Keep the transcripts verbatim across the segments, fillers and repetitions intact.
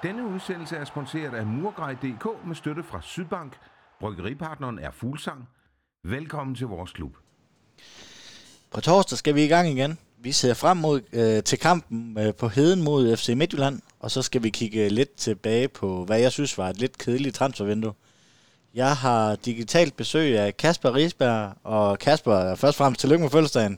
Denne udsendelse er sponsoreret af Murgrej punktum d k med støtte fra Sydbank. Bryggeripartneren er Fuglsang. Velkommen til vores klub. På torsdag skal vi i gang igen. Vi ser frem mod, øh, til kampen øh, på Heden mod F C Midtjylland, og så skal vi kigge lidt tilbage på, hvad jeg synes var et lidt kedeligt transfervindue. Jeg har digitalt besøg af Kasper Risberg, og Kasper, først og fremmest tillykke med fødselsdagen.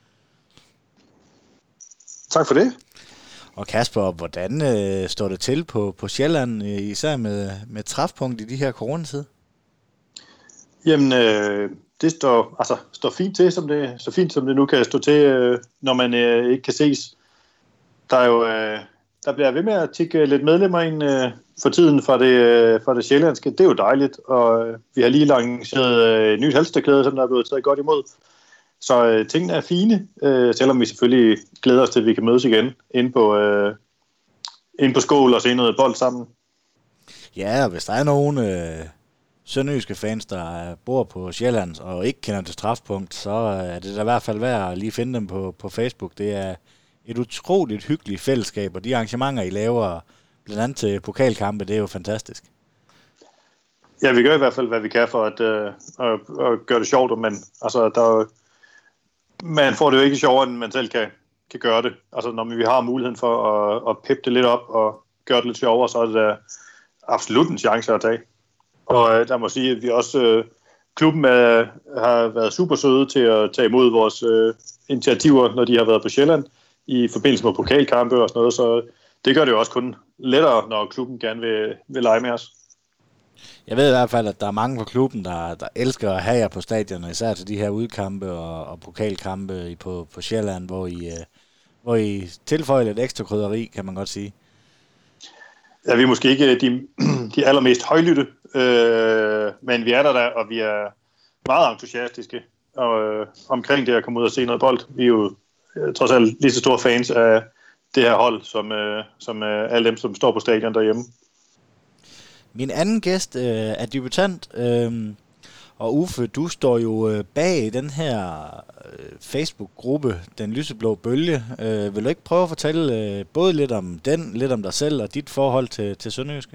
Tak for det. Og Kasper, hvordan øh, står det til på, på Sjælland, øh, især med, med træfpunkt i de her coronatid? Jamen, øh, det står, altså, står fint til, som det, så fint som det nu kan stå til, øh, når man øh, ikke kan ses. Der er jo, øh, der bliver ved med at tikke lidt medlemmer ind øh, for tiden fra det, øh, fra det sjællandske. Det er jo dejligt, og øh, vi har lige lanceret øh, et nyt halstørklæde, som der er blevet taget godt imod. Så øh, tingene er fine, øh, selvom vi selvfølgelig glæder os til, at vi kan mødes igen inde på, øh, inde på skål og se noget bold sammen. Ja, og hvis der er nogen øh, sønderjyske fans, der bor på Sjælland og ikke kender til træfpunkt, så er det da i hvert fald værd at lige finde dem på, på Facebook. Det er et utroligt hyggeligt fællesskab, og de arrangementer, I laver, blandt andet til pokalkampe, det er jo fantastisk. Ja, vi gør i hvert fald, hvad vi kan for at, øh, at, at gøre det sjovt, men altså, der, man får det jo ikke sjovere, end man selv kan, kan gøre det. Altså, når vi har muligheden for at, at peppe det lidt op og gøre det lidt sjovere, så er det da absolut en chance at tage. Og øh, der må sige, at vi også, øh, klubben er, har været super søde til at tage imod vores øh, initiativer, når de har været på Sjælland, i forbindelse med pokalkampe og sådan noget, så det gør det jo også kun lettere, når klubben gerne vil, vil lege med os. Jeg ved i hvert fald, at der er mange på klubben, der, der elsker at have jer på stadionet, især til de her udkampe og, og pokalkampe på, på Sjælland, hvor I, øh, hvor I tilføjer lidt ekstra krydderi, kan man godt sige. Ja, vi er måske ikke de, de allermest højlytte, øh, men vi er der, der, og vi er meget entusiastiske og, øh, omkring det at komme ud og se noget bold. Vi er jo øh, trods alt lige så store fans af det her hold, som, øh, som øh, alle dem, som står på stadion derhjemme. Min anden gæst øh, er debutant, øh, og Uffe, du står jo øh, bag den her øh, Facebook-gruppe, Den Lyseblå Bølge. Øh, vil du ikke prøve at fortælle øh, både lidt om den, lidt om dig selv og dit forhold til, til Sønderjyske?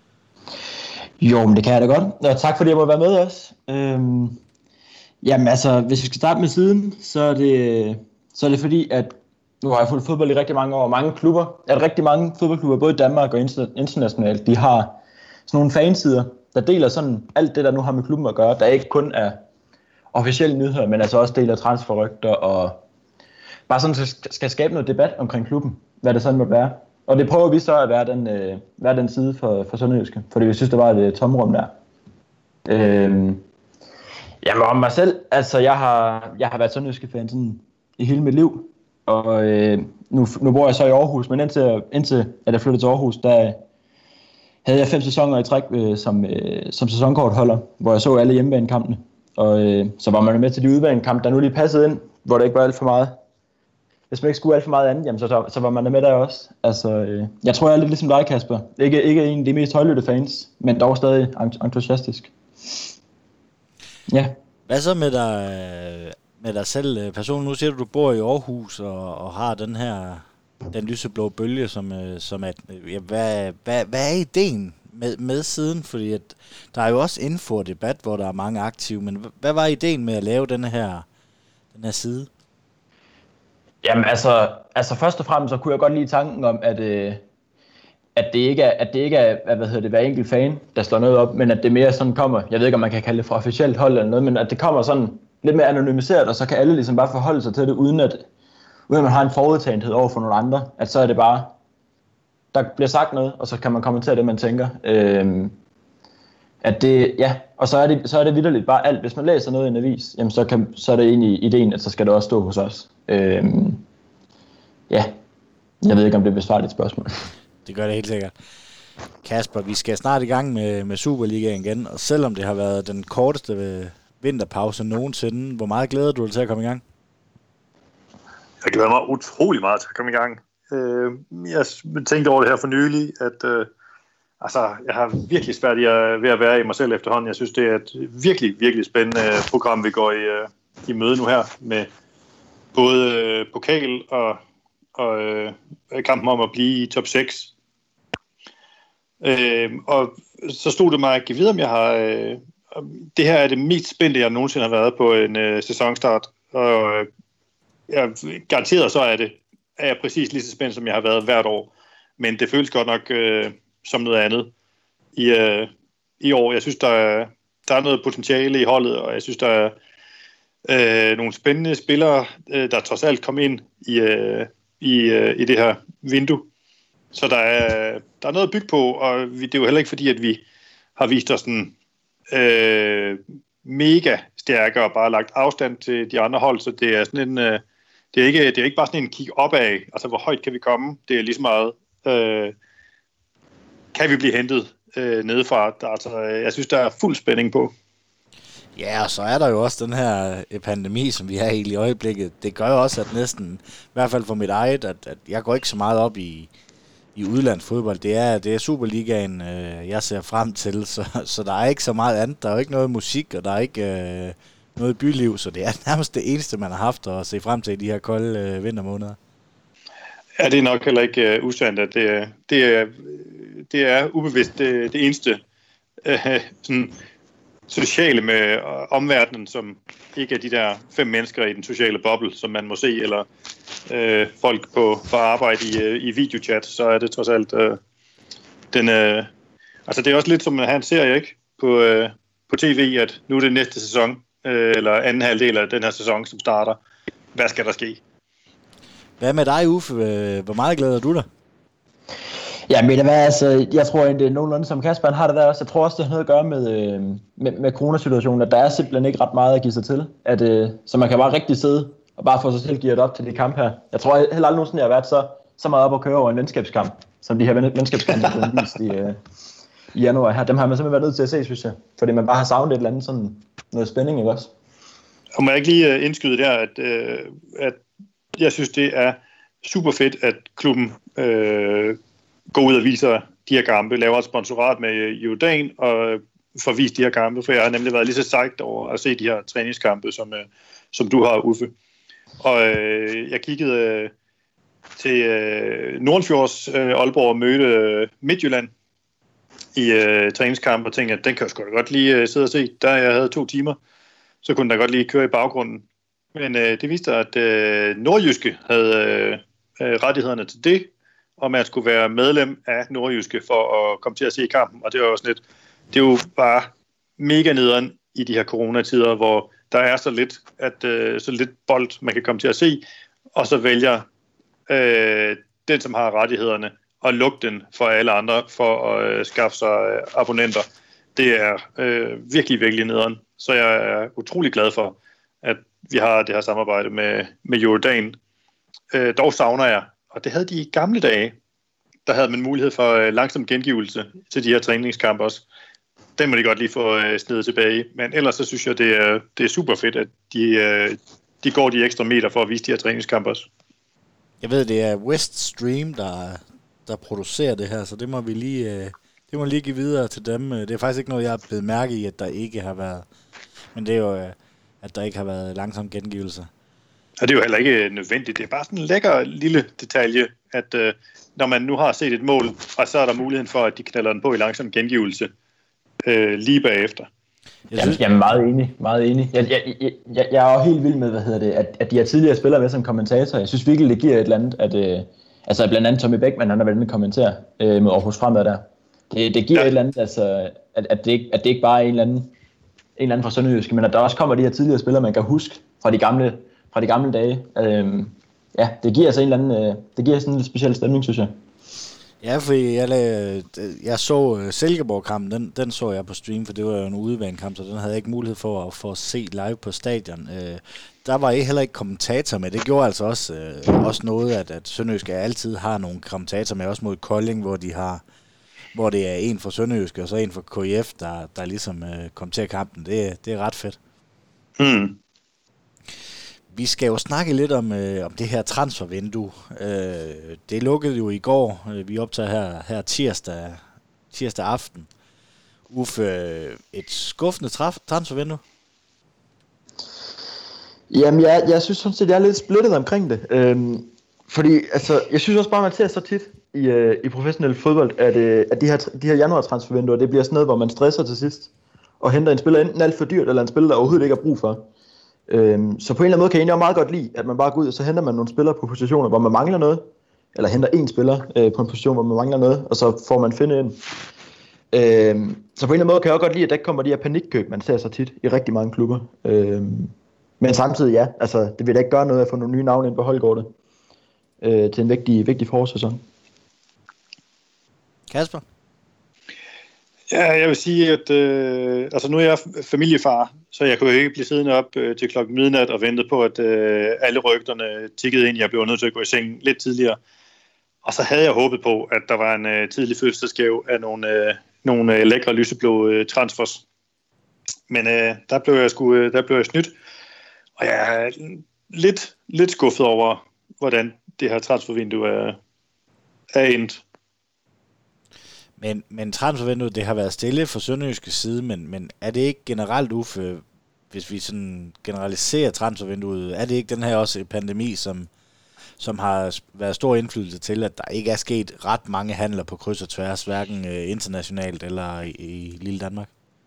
Jo, men det kan jeg da godt. Og tak fordi jeg må være med også. Øhm, jamen altså, hvis vi skal starte med siden, så er det, så er det fordi, at nu har jeg fulgt fodbold i rigtig mange år, mange klubber, at rigtig mange fodboldklubber, både i Danmark og internationalt, de har sådan nogle fansider, der deler sådan alt det, der nu har med klubben at gøre, der ikke kun er officielle nyheder, men altså også deler transferrygter og bare sådan skal skabe noget debat omkring klubben, hvad det sådan må være. Og det prøver vi så at være den, øh, være den side for, for Sønderjyske, fordi vi synes, der var et øh, tomrum der. Øhm, jamen om mig selv, altså jeg har, jeg har været Sønderjyske-fan sådan i hele mit liv, og øh, nu, nu bor jeg så i Aarhus, men indtil, indtil at jeg flyttede til Aarhus, der havde jeg fem sæsoner i træk øh, som, øh, som sæsonkortholder, hvor jeg så alle hjemmebanekampene. Og øh, så var man med til de udbanekampe, der nu lige passede ind, hvor det ikke var alt for meget. Hvis man ikke skulle alt for meget andet, jamen så, så, så var man med der også. Altså, øh, jeg tror, jeg er lidt ligesom dig, Kasper. Ikke, ikke en af de mest højlytte fans, men dog stadig entusiastisk. Ja. Hvad så med dig, med dig selv personligt? Nu siger du, du bor i Aarhus og, og har den her... Den lyseblå bølge, som, som at, ja, hvad, hvad, hvad er ideen med, med siden? Fordi at, der er jo også info og debat, hvor der er mange aktive, men hvad var ideen med at lave den her, den her side? Jamen altså, altså først og fremmest så kunne jeg godt lide tanken om, at, øh, at det ikke er, at det ikke er hvad hedder det, hver enkelt fan, der slår noget op, men at det mere sådan kommer, jeg ved ikke om man kan kalde det fra officielt hold eller noget, men at det kommer sådan lidt mere anonymiseret, og så kan alle ligesom bare forholde sig til det, uden at uden at man har en forudtagenhed over for nogle andre, at så er det bare, der bliver sagt noget, og så kan man kommentere det, man tænker. Øhm, at det, ja, og så er det, så er det vitterligt bare alt. Hvis man læser noget i en avis, jamen så, kan, så er det egentlig ideen, at så skal det også stå hos os. Øhm, ja, jeg ved ikke, om det besvarer dit spørgsmål. Det gør det helt sikkert. Kasper, vi skal snart i gang med, med Superligaen igen, og selvom det har været den korteste vinterpause nogensinde, hvor meget glæder du dig til at komme i gang? Jeg glæder mig utrolig meget til at komme i gang. Jeg tænkte over det her for nylig, at altså, jeg har virkelig svært ved at være i mig selv efterhånden. Jeg synes, det er et virkelig, virkelig spændende program, vi går i, i møde nu her, med både pokal og, og kampen om at blive i top seks. Øh, og så stod det mig at give videre, om jeg har... Øh, det her er det mest spændende, jeg nogensinde har været på en øh, sæsonstart. Og øh, jeg garanteret så er det er jeg præcis lige så spændt, som jeg har været hvert år. Men det føles godt nok øh, som noget andet i, øh, i år. Jeg synes, der er, der er noget potentiale i holdet, og jeg synes, der er øh, nogle spændende spillere, øh, der trods alt kom ind i, øh, i, øh, i det her vindue. Så der er, der er noget at bygge på, og vi, det er jo heller ikke fordi, at vi har vist os sådan øh, mega stærke og bare lagt afstand til de andre hold, så det er sådan en, øh, det er ikke, det er ikke bare sådan en kig opad, altså hvor højt kan vi komme, det er lige så meget, øh, kan vi blive hentet øh, nedefra, der, altså, jeg synes, der er fuld spænding på. Ja, og så er der jo også den her pandemi, som vi har helt i øjeblikket. Det gør jo også, at næsten, i hvert fald for mit eget, at, at jeg går ikke så meget op i i udlandsfodbold. Det er, det er Superligaen, øh, jeg ser frem til, så, så der er ikke så meget andet. Der er jo ikke noget musik, og der er ikke øh, noget byliv, så det er nærmest det eneste, man har haft at se frem til i de her kolde øh, vintermåneder. Ja, det er nok heller ikke uh, usandt, at det, det, er, det er ubevidst det, det eneste øh, sådan sociale med omverdenen, som ikke er de der fem mennesker i den sociale boble, som man må se, eller øh, folk på, på arbejde i, i videochat, så er det trods alt øh, den... Øh, altså det er også lidt som at have en serie, ikke? På, øh, på tv, at nu er det næste sæson, øh, eller anden halvdel af den her sæson, som starter. Hvad skal der ske? Hvad med dig, Uffe? Hvor meget glæder du dig? Ja, men hvad, altså, jeg tror egentlig nogenlunde som Kasper har det der også. Jeg tror også, det har noget at gøre med, øh, med, med coronasituationen, at der er simpelthen ikke ret meget at give sig til. At, øh, så man kan bare rigtig sidde og bare få sig selv gearet op til de kamp her. Jeg tror heller aldrig nogensinde, jeg har været så, så meget op at køre over en venskabskamp, som de her ven- venskabskampe, der er vist i, øh, i januar her. Dem har man simpelthen været nødt til at se, synes jeg. Fordi man bare har savnet et eller andet sådan noget spænding, ikke også? Og må jeg ikke lige uh, indskyde der, at, uh, at jeg synes, det er super fedt, at klubben uh, går ud og viser de her kampe, laver et sponsorat med Jordan og får vist de her kampe, for jeg har nemlig været lige så sejt over at se de her træningskampe, som, uh, som du har, Uffe. Og uh, jeg kiggede uh, til uh, Nordenfjords uh, Aalborg og mødte uh, Midtjylland i uh, træningskamp og tænkte, at den kan jeg sgu da godt lige uh, sidde og se. Der jeg havde to timer, så kunne den da godt lige køre i baggrunden. Men øh, det viste, at øh, Nordjyske havde øh, rettighederne til det, og man skulle være medlem af Nordjyske for at komme til at se kampen. Og det var jo sådan lidt, det er jo bare mega nederen i de her coronatider, hvor der er så lidt, at, øh, så lidt bold, man kan komme til at se, og så vælger øh, den, som har rettighederne, at lukke den for alle andre, for at øh, skaffe sig øh, abonnenter. Det er øh, virkelig, virkelig nederen. Så jeg er utrolig glad for, at vi har det her samarbejde med, med Jordan. Øh, dog savner jeg, og det havde de i gamle dage, der havde man mulighed for øh, langsom gengivelse til de her træningskampe også. Den må de godt lige få øh, snedet tilbage. Men ellers så synes jeg, det er, det er super fedt, at de, øh, de går de ekstra meter for at vise de her træningskampe også. Jeg ved, det er West Stream, der, der producerer det her, så det må vi lige... Øh Det må lige give videre til dem. Det er faktisk ikke noget, jeg har blevet mærke i, at der ikke har været. Men det er jo, at der ikke har været langsom gengivelse. Og det er jo heller ikke nødvendigt. Det er bare sådan en lækker lille detalje, at øh, når man nu har set et mål, og så er der muligheden for, at de knalder den på i langsom gengivelse øh, lige bagefter. Jeg synes, jeg er meget enig. Meget enig. Jeg, jeg, jeg, jeg er jo helt vild med, hvad hedder det, at, at de her tidligere spillere med som kommentator. Jeg synes virkelig, det giver et eller andet, at øh, altså blandt andet Tommy Beckmann, han har været med at kommentere øh, med Aarhus Fremad der. Det, det giver ja. et eller andet, altså, at, at, det ikke, at det ikke bare er en eller anden, en eller anden fra Sønderjyske, men at der også kommer de her tidligere spillere, man kan huske fra de gamle, fra de gamle dage. Øhm, ja, det giver altså en eller anden, øh, det giver sådan en lidt speciel stemning, synes jeg. Ja, for jeg, lavede, jeg så Silkeborg-kampen, den, den så jeg på stream, for det var jo en udebanekamp, så den havde jeg ikke mulighed for at få se live på stadion. Øh, der var heller ikke kommentator med. Det gjorde altså også, øh, også noget, at, at Sønderjyske altid har nogle kommentatorer med, også mod Kolding, hvor de har hvor det er en fra Sønderjyske, og så en fra K I F, der, der ligesom øh, kom til kampen. Det, det er ret fedt. Mm. Vi skal jo snakke lidt om, øh, om det her transfervindue. Øh, det lukkede jo i går. Vi optager her, her tirsdag, tirsdag aften. Uffe, et skuffende traf, transfervindue? Jamen, jeg, jeg synes sådan set, jeg er lidt splittet omkring det. Øhm, fordi, altså, jeg synes også bare, man ser så tit, i, øh, i professionel fodbold, at, øh, at de her, de her januar-transfervinduer, det bliver sådan noget, hvor man stresser til sidst, og henter en spiller enten alt for dyrt, eller en spiller, der overhovedet ikke har brug for. Øhm, så på en eller anden måde kan jeg egentlig meget godt lide, at man bare går ud, og så henter man nogle spillere på positioner, hvor man mangler noget, eller henter en spiller øh, på en position, hvor man mangler noget, og så får man finde ind. Øhm, så på en eller anden måde kan jeg også godt lide, at der kommer de her panikkøb, man ser så tit i rigtig mange klubber. Øhm, men samtidig ja, altså det vil da ikke gøre noget at få nogle nye navne ind på holdkortet øh, til en vigtig, vigtig forårssæson. Kasper? Ja, jeg vil sige, at øh, altså nu er jeg familiefar, så jeg kunne jo ikke blive siddende op øh, til klokken midnat og vente på, at øh, alle rygterne tikkede ind. Jeg blev nødt til at gå i seng lidt tidligere. Og så havde jeg håbet på, at der var en øh, tidlig fødselsdagsgave af nogle, øh, nogle øh, lækre lyseblå øh, transfers. Men øh, der, blev jeg sgu, øh, der blev jeg snydt. Og jeg er lidt, lidt skuffet over, hvordan det her transfervindue er, er endt. Men, men transfervinduet, det har været stille fra Sønderjyske side, men, men er det ikke generelt, Uffe, hvis vi sådan generaliserer transfervinduet, er det ikke den her også en pandemi, som, som har været stor indflydelse til, at der ikke er sket ret mange handler på kryds og tværs, hverken internationalt eller i, i lille Danmark?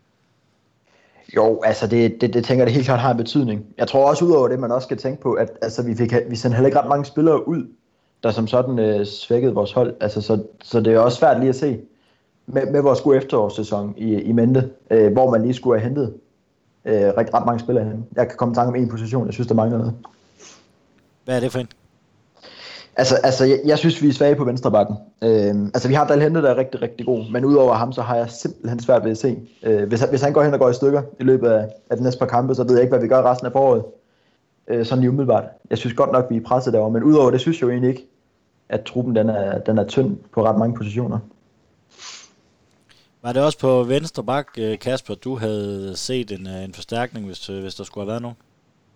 Jo, altså det, det, det tænker jeg det helt klart har en betydning. Jeg tror også udover det, man også skal tænke på, at altså, vi, fik, vi sendte heller ikke ret mange spillere ud, der som sådan øh, svækkede vores hold. Altså, så, så det er også svært lige at se med, med vores gode efterårssæson i, i mente, øh, hvor man lige skulle have hentet øh, ret, ret mange spillere hen. Jeg kan komme i tanke om en position, jeg synes, der mangler noget. Hvad er det for en? Altså, altså jeg, jeg synes, vi er svage på venstrebakken. Øh, altså, vi har Dal Hente, der er rigtig, rigtig god, men udover ham, så har jeg simpelthen svært ved at se. Øh, hvis, hvis han går hen og går i stykker i løbet af, af de næste par kampe, så ved jeg ikke, hvad vi gør resten af foråret. Øh, sådan lige umiddelbart. Jeg synes godt nok, vi er presset derovre, men udover det, synes jeg jo egentlig ikke, at truppen den er, den er tynd på ret mange positioner. Var det også på venstre bak, Kasper, du havde set en, en forstærkning, hvis, hvis der skulle have været nogen?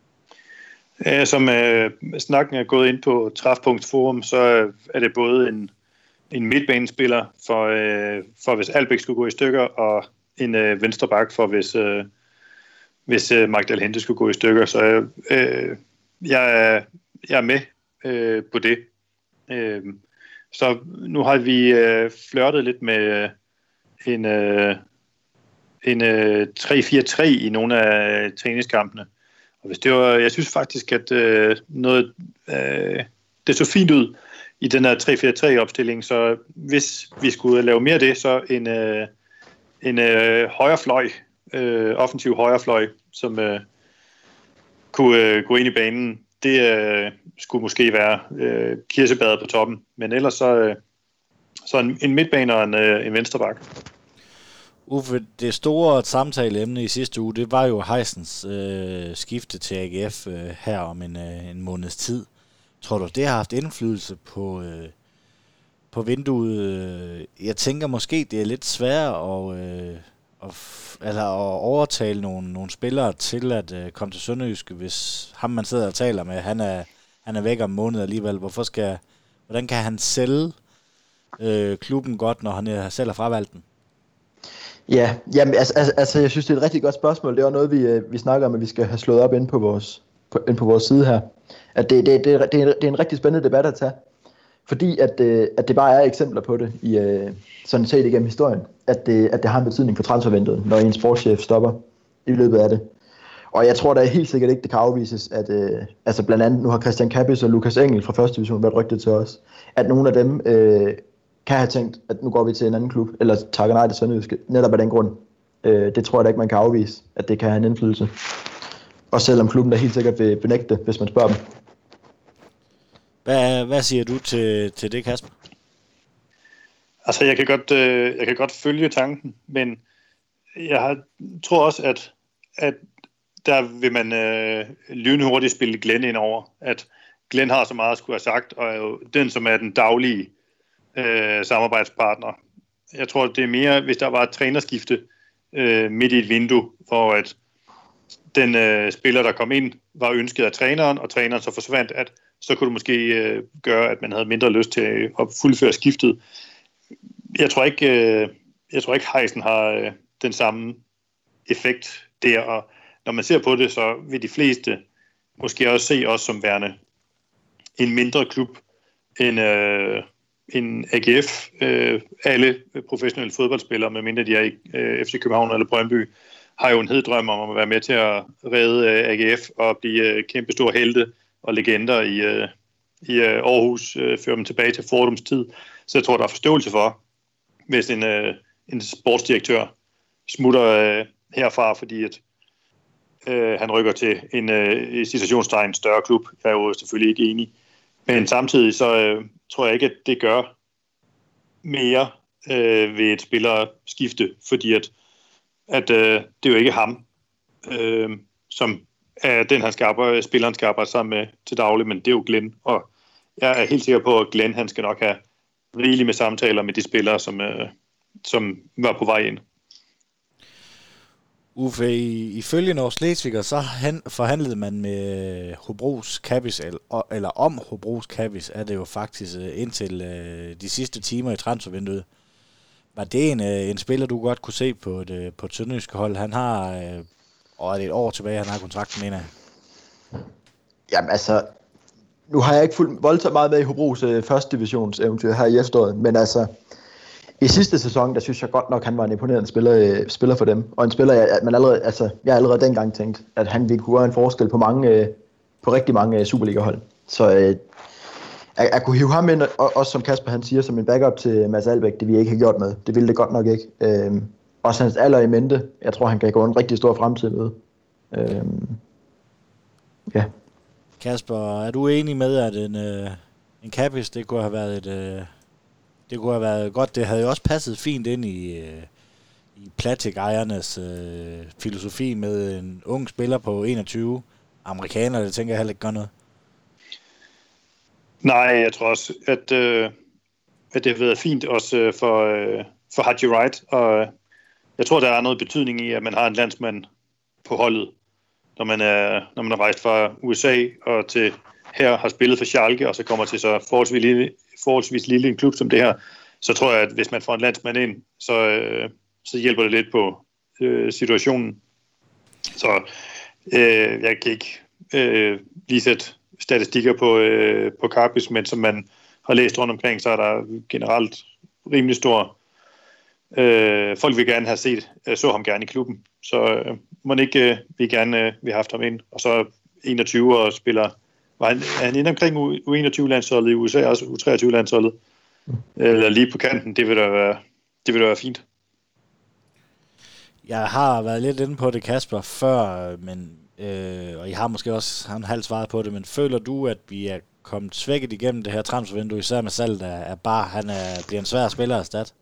Ja, som øh, snakken er gået ind på Træfpunktsforum, så er det både en, en midtbanespiller, for, øh, for hvis Albæk skulle gå i stykker, og en øh, venstre bak, for hvis, øh, hvis øh, Mark Dal Hente skulle gå i stykker. Så øh, jeg, er, jeg er med øh, på det. Øh, så nu har vi øh, flirtet lidt med en, øh, en øh, tre fire tre i nogle af træningskampene. Og hvis det var, jeg synes faktisk, at øh, noget, øh, det så fint ud i den her tre fire tre opstilling, så hvis vi skulle lave mere af det, så en, øh, en øh, højrefløj, øh, offensiv højrefløj, som øh, kunne øh, gå ind i banen, det øh, skulle måske være øh, kirsebadet på toppen. Men ellers så, øh, så en, en midtbane og en, øh, en venstreback. Uffe, det store samtaleemne i sidste uge, det var jo Heisens øh, skifte til A G F øh, her om en, øh, en måneds tid. Tror du, det har haft indflydelse på, øh, på vinduet? Jeg tænker måske, det er lidt sværere at, øh, at, f- eller at overtale nogle, nogle spillere til at øh, komme til Sønderjyske, hvis ham man sidder og taler med, han er, han er væk om en måned alligevel. Hvorfor skal, hvordan kan han sælge øh, klubben godt, når han selv har fravalgt den? Ja, jamen, altså, altså, altså, jeg synes, det er et rigtig godt spørgsmål. Det er noget, vi, vi snakker om, at vi skal have slået op inde på vores, på, inde på vores side her. At det, det, det, det, er, det er en rigtig spændende debat at tage. Fordi at, at det bare er eksempler på det, i, sådan set igennem historien, at det, at det har en betydning for transfervinduet, når en sportschef stopper i løbet af det. Og jeg tror da helt sikkert ikke, det kan afvises, at øh, altså blandt andet, nu har Christian Kappes og Lukas Engel fra første division været rygtet til os, at nogle af dem øh, kan have tænkt, at nu går vi til en anden klub, eller takker nej til Sønderjyske, netop af den grund. Øh, det tror jeg da ikke, man kan afvise, at det kan have en indflydelse. Og selvom klubben da helt sikkert vil benægte det, hvis man spørger dem. Hvad, hvad siger du til, til det, Kasper? Altså, jeg kan godt, øh, jeg kan godt følge tanken, men jeg har, tror også, at, at der vil man øh, lynhurtigt spille Glenn ind over. At Glenn har så meget at skulle have sagt, og er jo den, som er den daglige øh, samarbejdspartner. Jeg tror, det er mere, hvis der var et trænerskifte øh, midt i et vindue, hvor at den øh, spiller, der kom ind, var ønsket af træneren, og træneren så forsvandt, at så kunne det måske øh, gøre, at man havde mindre lyst til at fuldføre skiftet. Jeg tror ikke, øh, jeg tror ikke Heisen har øh, den samme effekt der, og når man ser på det, så vil de fleste måske også se os som værende en mindre klub, end, øh, en A G F. Øh, alle professionelle fodboldspillere, medmindre de er i øh, F C København eller Brøndby, har jo en hed drøm om at være med til at redde øh, A G F og blive øh, kæmpe store helte og legender i, øh, i øh, Aarhus, øh, føre dem tilbage til Fordums tid. Så jeg tror, der er forståelse for, hvis en, øh, en sportsdirektør smutter øh, herfra, fordi at, øh, han rykker til en øh, situationstegn større klub. Jeg er jo selvfølgelig ikke enig. Men samtidig så øh, tror jeg ikke, at det gør mere øh, ved et spillerskifte, fordi at, at øh, det er jo ikke ham, øh, som er den, han skal arbejde, spilleren skal arbejde sammen med til daglig, men det er jo Glenn. Og jeg er helt sikker på, at Glenn han skal nok have rigeligt med samtaler med de spillere, som, øh, som var på vej ind. Uffe, ifølge Norge Slesviger, så han, forhandlede man med Hobros Kabis, eller, eller om Hobros Kabis, er det jo faktisk indtil øh, de sidste timer i transfervinduet. Var det en, en spiller, du godt kunne se på et, på et sønderjyske hold? Han har, øh, og er det et år tilbage, han har kontrakten, mener jeg? Jamen altså, nu har jeg ikke fulgt voldsomt meget med i Hobros øh, første divisions eventyr her i efteråret, men altså, i sidste sæson, der synes jeg godt nok, han var en imponerende spiller, øh, spiller for dem. Og en spiller, jeg, man allerede, altså, jeg allerede dengang tænkt, at han ville kunne gøre en forskel på, mange, øh, på rigtig mange øh, Superliga-hold. Så øh, jeg, jeg kunne hive ham ind, og, også som Kasper han siger, som en backup til Mads Albeck, det vi ikke har gjort med. Det ville det godt nok ikke. Øh, også hans alder i mente. Jeg tror, han kan gå en rigtig stor fremtid med. Øh, ja. Kasper, er du enig med, at en, øh, en Kabis, det kunne have været et... Øh Det kunne have været godt. Det havde jo også passet fint ind i, øh, i Platic-ejernes øh, filosofi med en ung spiller på enogtyve. Amerikaner, det tænker jeg heller ikke gør noget. Nej, jeg tror også, at, øh, at det har været fint også øh, for, øh, for Haji Wright. Og jeg tror, der er noget betydning i, at man har en landsmand på holdet, når man er, når man er rejst fra U S A og til her har spillet for Schalke, og så kommer til så forholdsvis lille, forholdsvis lille en klub som det her, så tror jeg, at hvis man får en landsmand ind, så, øh, så hjælper det lidt på øh, situationen. Så øh, jeg kan ikke øh, lige sætte statistikker på, øh, på Karpis, men som man har læst rundt omkring, så er der generelt rimelig stor... Øh, folk vil gerne have set, øh, så ham gerne i klubben, så øh, må ikke øh, vi gerne øh, vi har haft ham ind, og så enogtyve og spiller... Var han, er han inde omkring U enogtyve-landsholdet i U S A, også U treogtyve-landsholdet? Eller lige på kanten, det vil da være, det vil da være fint. Jeg har været lidt inde på det, Kasper, før, men, øh, og I har måske også han halvt svaret på det, men føler du, at vi er kommet svækket igennem det her transfervindue, især med salget af, af Bar, han er, bliver en svær spiller at erstatte?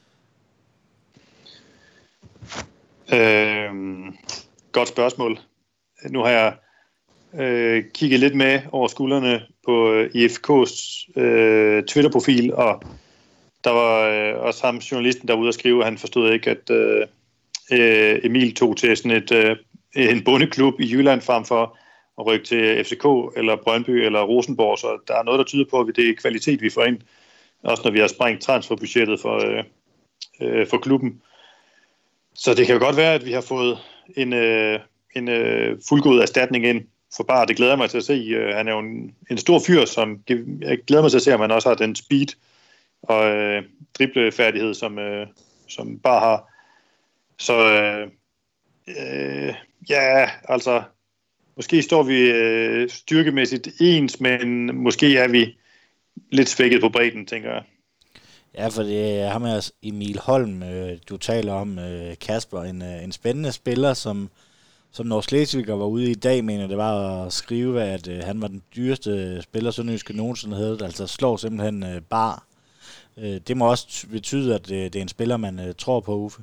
Øh, godt spørgsmål. Nu har jeg øh, kigget lidt med over skuldrene på øh, I F K's øh, Twitter-profil, og der var øh, også ham, journalisten, der var ude at skrive, at han forstod ikke, at øh, Emil tog til sådan et, øh, en bondeklub i Jylland frem for at rykke til F C K eller Brøndby eller Rosenborg, så der er noget, der tyder på, at det er kvalitet, vi får ind, også når vi har sprængt transferbudgettet for, øh, øh, for klubben. Så det kan jo godt være, at vi har fået en, øh, en øh, fuldgod erstatning ind for Bar. Det glæder mig til at se. Øh, han er jo en, en stor fyr, som jeg glæder mig til at se, om han også har den speed og øh, driblefærdighed, som, øh, som Bar har. Så øh, øh, ja, altså måske står vi øh, styrkemæssigt ens, men måske er vi lidt svækket på bredden, tænker jeg. Ja, for det er ham her Emil Holm, øh, du taler om, øh, Kasper, en, øh, en spændende spiller, som, som Norge Slesviger var ude i dag, mener det var at skrive, at øh, han var den dyreste spiller, Sønderjyske nogensinde havde, altså slår simpelthen øh, Bar. Øh, det må også betyde, at øh, det er en spiller, man øh, tror på, Uffe.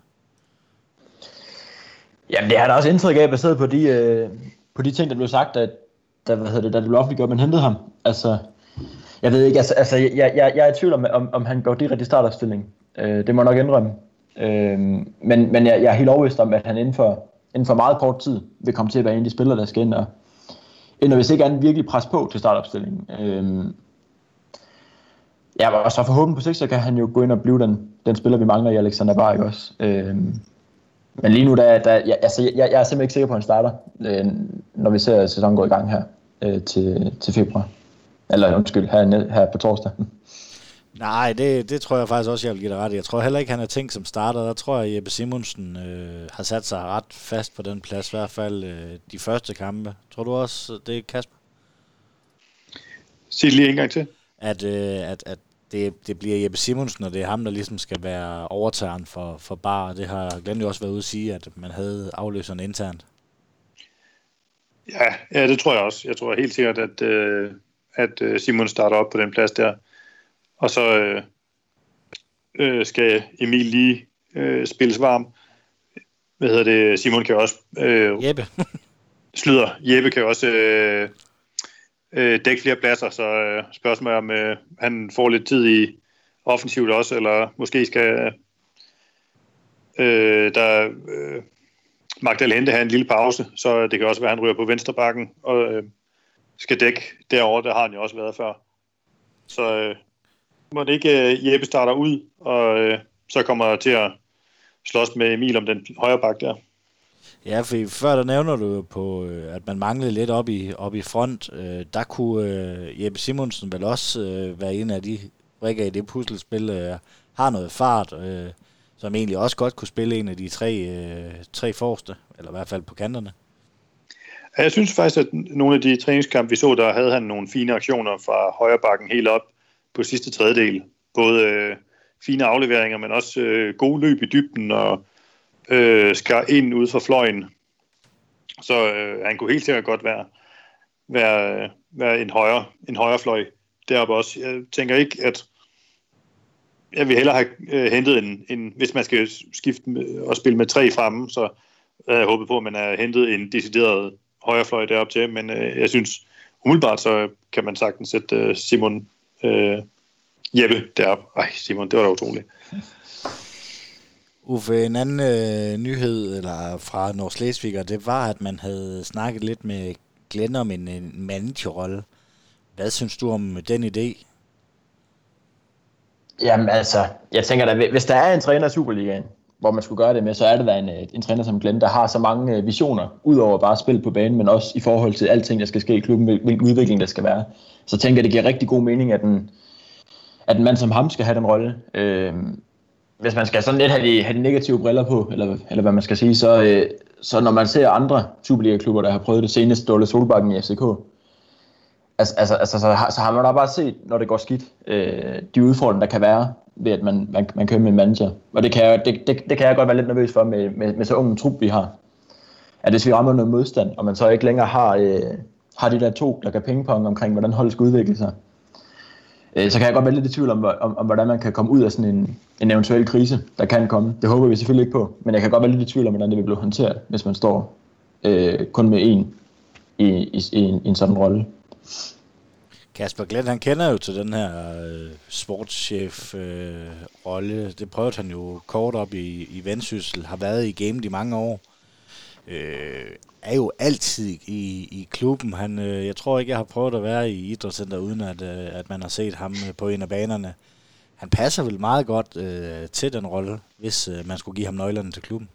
Jamen, det har da også indtryk af, baseret på de, øh, på de ting, der blev sagt, at der, hvad hedder det, der blev offentliggjort, man hentede ham. Altså, jeg ved ikke, altså, altså jeg, jeg, jeg er i tvivl om, om, om han går direkte i startopstilling. Øh, det må jeg nok indrømme. Øh, men men jeg, jeg er helt overbevist om, at han inden for, inden for meget kort tid vil komme til at være en af de spillere, der skal ind og, ind og hvis ikke andet virkelig presse på til startopstillingen. Øh, ja, og så forhåbentlig på sigt, så kan han jo gå ind og blive den, den spiller, vi mangler i Alexander Bark også. Øh, Men lige nu, der, der, jeg, altså, jeg, jeg er simpelthen ikke sikker på, at han starter, øh, når vi ser sæsonen gå i gang her øh, til, til februar. Eller undskyld, her, her på torsdag. Nej, det, det tror jeg faktisk også, jeg vil give dig ret i. Jeg tror heller ikke, han er tænkt som starter. Der tror jeg, Jeppe Simonsen øh, har sat sig ret fast på den plads, i hvert fald øh, de første kampe. Tror du også, det er Kasper? Sig det lige en gang til. At, øh, at, at det, det bliver Jeppe Simonsen, og det er ham, der ligesom skal være overtageren for, for Bar. Det har Glenn jo også været ude at sige, at man havde afløseren internt. Ja, ja, det tror jeg også. Jeg tror helt sikkert, at, øh, at Simon starter op på den plads der. Og så øh, øh, skal Emil lige øh, spilles varm. Hvad hedder det? Simon kan også... Øh, Jeppe. Slyder. Jeppe kan også øh, øh, dække flere pladser, så øh, spørgsmålet om øh, han får lidt tid i offensivt også, eller måske skal øh, der øh, Magdal Hente have en lille pause, så det kan også være, at han ryger på venstre bakken og øh, skal dække derovre. Der har han jo også været før. Så... Øh, må det ikke uh, Jeppe starter ud, og uh, så kommer til at slås med Emil om den højre bak der. Ja, for før der nævner du på, at man manglede lidt op i, op i front. Uh, der kunne uh, Jeppe Simonsen vel også uh, være en af de brikker i det puslespil. Uh, har noget fart, uh, som egentlig også godt kunne spille en af de tre, uh, tre forreste, eller i hvert fald på kanterne. Ja, jeg synes faktisk, at nogle af de træningskampe, vi så, der havde han nogle fine aktioner fra højre bakken helt op på sidste tredjedel. Både øh, fine afleveringer, men også øh, gode løb i dybden og øh, skar ind ud fra fløjen. Så øh, han kunne helt sikkert godt være, være, være en, højre, en højre fløj deroppe også. Jeg tænker ikke, at jeg vil hellere have øh, hentet en, en, hvis man skal skifte med, og spille med tre fremme, så havde jeg håbet på, at man har hentet en decideret højre fløj deroppe til, men øh, jeg synes umiddelbart, så kan man sagtens sætte øh, Simon Øh, Jeppe deroppe. Ej, Simon, det var da utroligt. Uffe, en anden øh, nyhed eller fra Nordslesviger, det var, at man havde snakket lidt med Glenn om en, en managerrolle. Hvad synes du om den idé? Jamen altså, jeg tænker da, hvis der er en træner i Superligaen, hvor man skulle gøre det med, så er det da en, en træner som Glenn, der har så mange visioner, udover bare at spille på banen, men også i forhold til alting, der skal ske i klubben, hvilken udvikling der skal være. Så tænker jeg, det giver rigtig god mening, at en, at en mand som ham skal have den rolle. Øh, hvis man skal sådan lidt have de, have de negative briller på, eller, eller hvad man skal sige, så, øh, så når man ser andre Superliga-klubber, der har prøvet det seneste, Ståle Solbakken i F C K, altså, altså, altså så, har, så har man da bare set, når det går skidt, øh, de udfordringer, der kan være, ved at man, man, man kører med en manager. Og det kan, jeg, det, det, det kan jeg godt være lidt nervøs for med, med, med så ung en trup, vi har. At hvis vi rammer noget modstand, og man så ikke længere har, øh, har de der to, der kan pingpong omkring, hvordan holdet skal udvikle sig, øh, så kan jeg godt være lidt i tvivl om, om, om, hvordan man kan komme ud af sådan en, en eventuel krise, der kan komme. Det håber vi selvfølgelig ikke på, men jeg kan godt være lidt i tvivl om, hvordan det vil blive håndteret, hvis man står øh, kun med en i, i, i, en, i en sådan rolle. Kasper Glenn, han kender jo til den her øh, sportschef-rolle. Øh, det prøvede han jo kort op i, i Vendsyssel, har været i gamet i mange år. Øh, er jo altid i, i klubben. Han, øh, jeg tror ikke, jeg har prøvet at være i idrætscenter, uden at, øh, at man har set ham på en af banerne. Han passer vel meget godt øh, til den rolle, hvis øh, man skulle give ham nøglerne til klubben.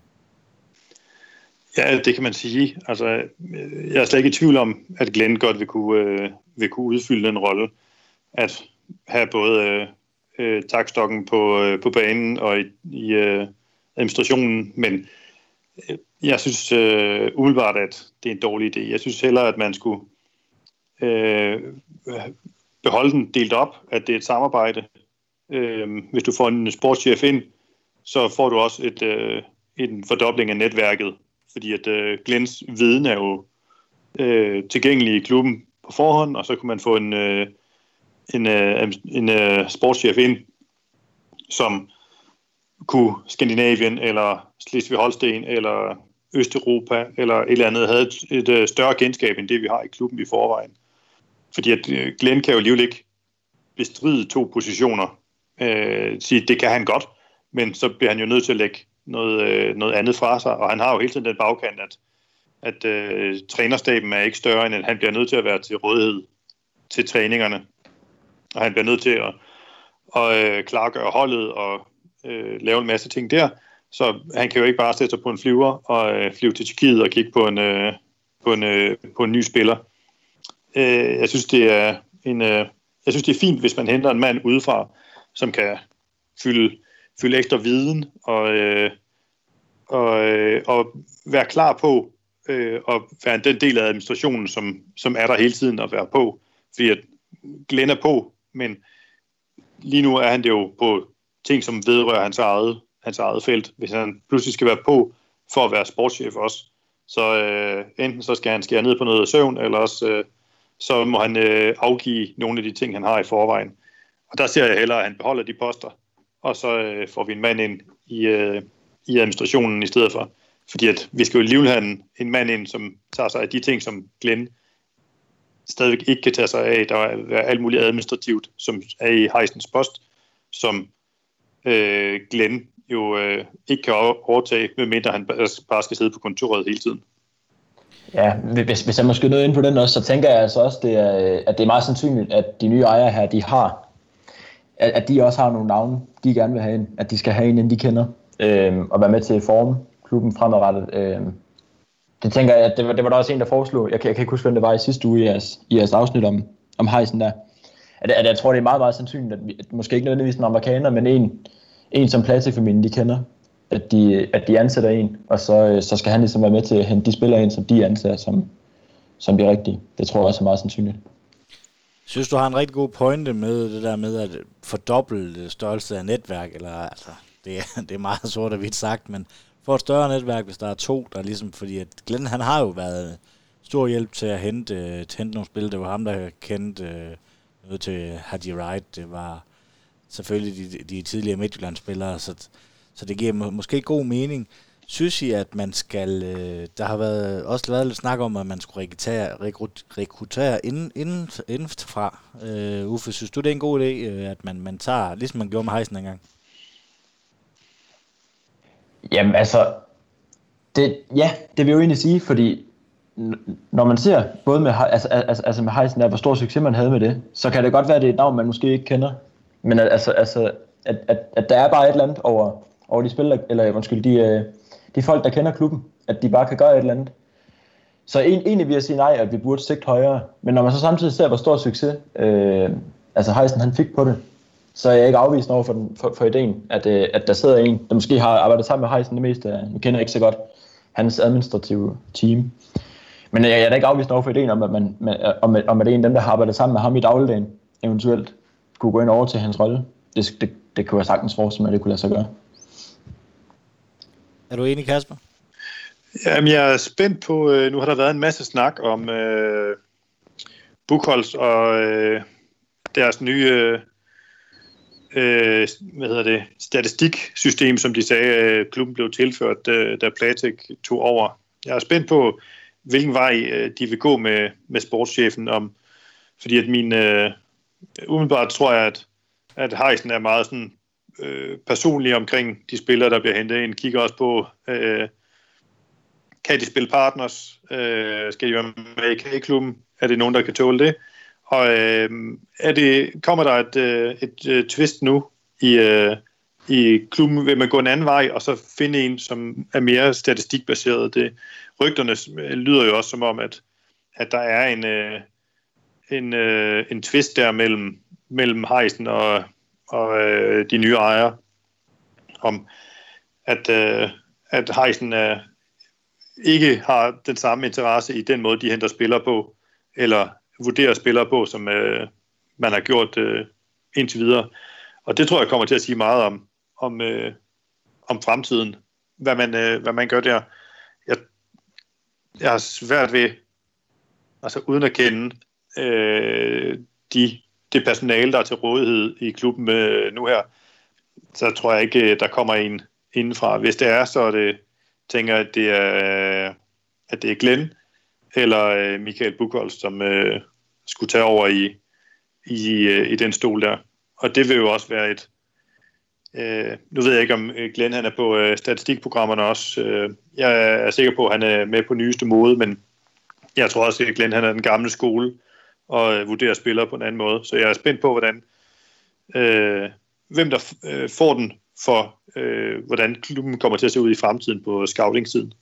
Ja, det kan man sige. Altså, jeg er slet ikke i tvivl om, at Glenn godt vil kunne, øh, vil kunne udfylde den rolle. At have både øh, takstokken på, øh, på banen og i, i øh, administrationen, men øh, jeg synes øh, umiddelbart, at det er en dårlig idé. Jeg synes hellere, at man skulle øh, beholde den delt op, at det er et samarbejde. Øh, hvis du får en sportschef ind, så får du også et, øh, en fordobling af netværket. Fordi at øh, Glens viden er jo øh, tilgængelig i klubben på forhånd, og så kunne man få en, øh, en, øh, en øh, sportschef ind, som kunne Skandinavien, eller Slesvig-Holsten, eller Østeuropa, eller et eller andet, havde et, et, et større genskab, end det vi har i klubben i forvejen. Fordi at øh, Glenn kan jo alligevel ikke bestride to positioner. Øh, sige, det kan han godt, men så bliver han jo nødt til at lægge noget, øh, noget andet fra sig, og han har jo hele tiden den bagkant, at, at øh, trænerstaben er ikke større, end at han bliver nødt til at være til rådighed til træningerne, og han bliver nødt til at, at øh, klargøre holdet og øh, lave en masse ting der, så han kan jo ikke bare sætte sig på en flyver og øh, flyve til Tjekkiet og kigge på en, øh, på en, øh, på en ny spiller. Øh, jeg synes, det er en, øh, jeg synes, det er fint, hvis man henter en mand udefra, som kan fylde, fylde ekstra viden og, øh, og, øh, og være klar på øh, at være den del af administrationen, som, som er der hele tiden at være på. Fordi at Glenn er på, men lige nu er han det jo på ting, som vedrører hans eget, hans eget felt. Hvis han pludselig skal være på for at være sportschef også, så øh, enten så skal han skære ned på noget søvn, eller også øh, så må han øh, afgive nogle af de ting, han har i forvejen. Og der ser jeg hellere, at han beholder de poster, og så øh, får vi en mand ind i, øh, i administrationen i stedet for. Fordi at vi skal jo alligevel have en, en mand ind, som tager sig af de ting, som Glenn stadigvæk ikke kan tage sig af. Der er alt muligt administrativt, som er i Heisens post, som øh, Glenn jo øh, ikke kan overtage, medmindre han bare skal sidde på kontoret hele tiden. Ja, hvis, hvis jeg måske noget ind på den også, så tænker jeg altså også, det er, at det er meget sandsynligt, at de nye ejere her, de har, at, at de også har nogle navne, de gerne vil have ind, at de skal have en, inden de kender, øh, og være med til at forme klubben fremadrettet. Øh, det tænker jeg, at det var, det var der også en, der foreslog, jeg kan, jeg kan ikke huske, hvem det var i sidste uge i jeres, i jeres afsnit om, om Heisen der, at, at jeg tror, det er meget, meget sandsynligt, at, vi, at måske ikke nødvendigvis en amerikaner, men en, en som Platik-familien, de kender, at de, at de ansætter en, og så, så skal han ligesom være med til at hente de spillere ind, som de ansætter, som, som de rigtige. Det tror jeg også er meget sandsynligt. Synes du har en rigtig god pointe med det der med at fordoble størrelse af netværk, eller altså, det er, det er meget sort og hvidt sagt, men for et større netværk, hvis der er to, der ligesom, fordi at Glenn, han har jo været stor hjælp til at hente, til at hente nogle spil. Det var ham, der kendte øh, noget til Haji Wright. Det var selvfølgelig de, de tidligere Midtjylland-spillere, så, så det giver må, måske god mening. Synes I, at man skal, øh, der har været, også været lidt snak om, at man skulle rekruttere, rekrut, rekruttere inden, inden, indenfra. Øh, Uffe, synes du, det er en god idé, øh, at man, man tager, ligesom man gjorde med Heisen engang? Jamen altså, det, ja, det vil jeg jo egentlig sige, fordi når man ser både med, altså, altså, altså med Heisen der, hvor stor succes man havde med det, så kan det godt være, at det er et navn, man måske ikke kender. Men altså, altså at, at, at der er bare et eller andet over, over de spillere, eller undskyld, de, de folk, der kender klubben, at de bare kan gøre et eller andet. Så en, egentlig vil jeg sige nej, at vi burde sigte højere. Men når man så samtidig ser, hvor stor succes øh, altså Heisen han fik på det, så er jeg ikke afvist over for, den, for, for ideen, at, øh, at der sidder en, der måske har arbejdet sammen med Heisen det meste af, nu kender jeg ikke så godt hans administrative team. Men jeg, jeg er da ikke afvist over for ideen om, at, man, med, om, om at en af dem, der har arbejdet sammen med ham i dagligdagen, eventuelt kunne gå ind over til hans rolle. Det, det, det kunne jeg sagtens forestille mig, at det kunne lade sig gøre. Er du enig, Kasper? Jamen, jeg er spændt på, øh, nu har der været en masse snak om øh, Buchholz og øh, deres nye øh, øh, hvad hedder det, statistiksystem, som de sagde, øh, klubben blev tilført, øh, da Platik tog over. Jeg er spændt på, hvilken vej øh, de vil gå med, med sportschefen, om, fordi at min, øh, umiddelbart tror jeg, at, at Heisen er meget sådan, øh, personlig omkring de spillere, der bliver hentet ind. Kigger også på, øh, kan de spille partners? Øh, skal de være med i K-klubben? Er det nogen, der kan tåle det? Og øh, er det, kommer der et, øh, et øh, twist nu i, øh, i klubben? Vil man gå en anden vej, og så finde en, som er mere statistikbaseret? Det, rygterne lyder jo også som om, at, at der er en, øh, en, øh, en twist der mellem, mellem Heisen og, og øh, de nye ejere, om at, øh, at Heisen øh, ikke har den samme interesse i den måde, de henter spillere på, eller vurderer spillere på, som øh, man har gjort øh, indtil videre. Og det tror jeg kommer til at sige meget om, om, øh, om fremtiden, hvad man, øh, hvad man gør der. Jeg, jeg har svært ved, altså uden at kende øh, de, det personale, der er til rådighed i klubben øh, nu her, så tror jeg ikke, der kommer en indenfra. Hvis det er, så er det, tænker jeg, at det er, at det er Glenn eller øh, Michael Buchholz, som øh, skulle tage over i, i, øh, i den stol der. Og det vil jo også være et... Øh, nu ved jeg ikke, om Glenn han er på øh, statistikprogrammerne også. Øh, jeg er sikker på, at han er med på nyeste mode, men jeg tror også, at Glenn han er den gamle skole og øh, vurderer spillere på en anden måde. Så jeg er spændt på, hvordan øh, hvem der f- øh, får den for, øh, hvordan klubben kommer til at se ud i fremtiden på scouting-siden.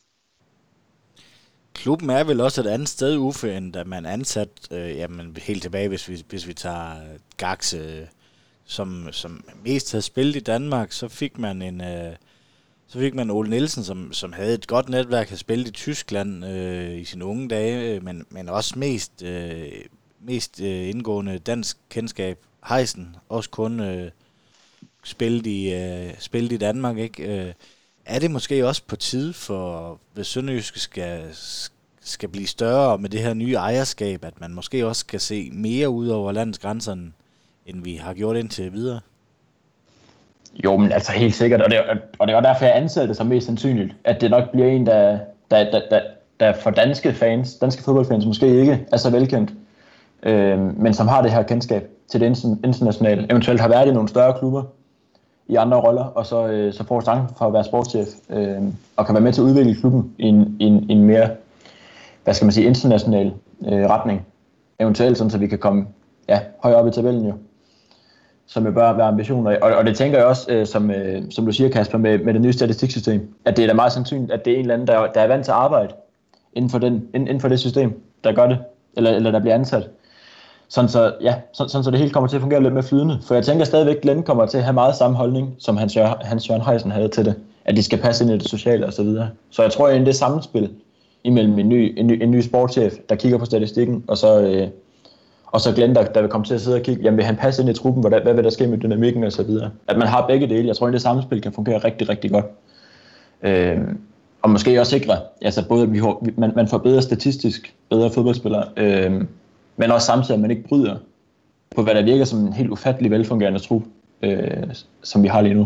Klubben er vel også et andet sted, Uffe, end da man ansat, øh, jamen helt tilbage, hvis vi, hvis vi tager Gax, øh, som, som mest havde spillet i Danmark, så fik man en... Øh, Så fik man Ole Nielsen, som, som havde et godt netværk, havde spillet i Tyskland øh, i sine unge dage, men, men også mest, øh, mest øh, indgående dansk kendskab. Heisen, også kun øh, spillet, i, øh, spillet i Danmark. Ikke? Øh, er det måske også på tide for, hvis Sønderjyske skal, skal blive større med det her nye ejerskab, at man måske også skal se mere ud over landets grænser, end vi har gjort indtil videre? Jo, men altså helt sikkert, og det, og det er derfor, jeg anser det som mest sandsynligt, at det nok bliver en, der, der, der, der, der for danske fans, danske fodboldfans måske ikke er så velkendt, øh, men som har det her kendskab til det internationale, eventuelt har været i nogle større klubber i andre roller, og så, øh, så får chancen for at være sportschef, øh, og kan være med til at udvikle klubben i en, i en, i en mere, hvad skal man sige, international øh, retning, eventuelt sådan, så vi kan komme ja, højere op i tabellen jo. Som jo bør være ambitioner. Og, og det tænker jeg også, øh, som, øh, som du siger, Kasper, med, med det nye statistiksystem, at det er da meget sandsynligt, at det er en eller anden, der, der er vant til at arbejde inden for, den, inden for det system, der gør det, eller, eller der bliver ansat. Sådan så, ja, sådan, sådan så det hele kommer til at fungere lidt mere flydende. For jeg tænker stadigvæk, at Glenn kommer til at have meget samme holdning, som Hans, Hans Jørgen Heisen havde til det, at de skal passe ind i det sociale og så videre. Så jeg tror egentlig, det er sammenspil imellem en ny, en ny, en ny sportschef, der kigger på statistikken, og så... Øh, Og så Glenn, der, der vil komme til at sidde og kigge, jamen vil han passe ind i truppen, hvad, hvad vil der ske med dynamikken og så videre. At man har begge dele. Jeg tror, at det samspil kan fungere rigtig, rigtig godt. Øhm, og måske også sikre, altså både at vi, man, man får bedre statistisk, bedre fodboldspillere, øhm, men også samtidig, at man ikke bryder på, hvad der virker som en helt ufattelig velfungerende trup, øh, som vi har lige nu.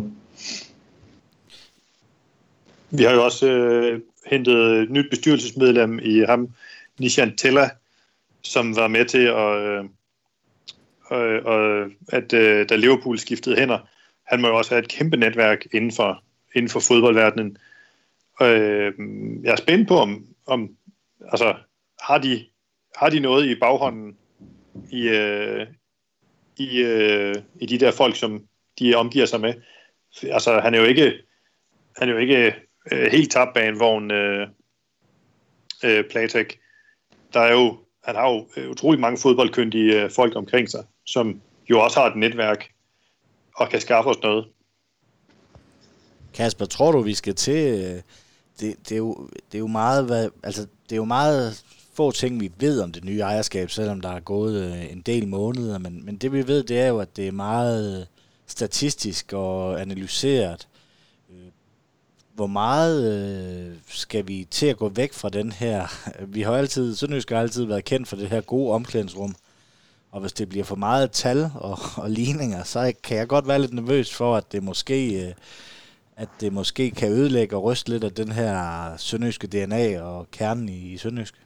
Vi har jo også øh, hentet et nyt bestyrelsesmedlem i ham, Nishan Tella, som var med til, at, øh, øh, at øh, da Liverpool skiftede hænder, han må jo også have et kæmpe netværk inden for, inden for fodboldverdenen. Øh, jeg er spændt på, om, om altså, har, de, har de noget i baghånden i, øh, i, øh, i de der folk, som de omgiver sig med. Altså, han er jo ikke, han er jo ikke øh, helt tabt bag en vogn, øh, øh, Platek. Der er jo Han har jo utrolig mange fodboldkyndige folk omkring sig, som jo også har et netværk og kan skaffe os noget. Kasper, tror du, vi skal til... Det, det, er, jo, det er jo meget... Hvad, altså, det er jo meget få ting, vi ved om det nye ejerskab, selvom der er gået en del måneder. Men, men det vi ved, det er jo, at det er meget statistisk og analyseret. Hvor meget øh, skal vi til at gå væk fra den her... Vi har altid, Sønderjysk har altid været kendt for det her gode omklædningsrum. Og hvis det bliver for meget tal og, og ligninger, så kan jeg godt være lidt nervøs for, at det måske, øh, at det måske kan ødelægge og ryste lidt af den her sønderjyske D N A og kernen i, i Sønderjysk.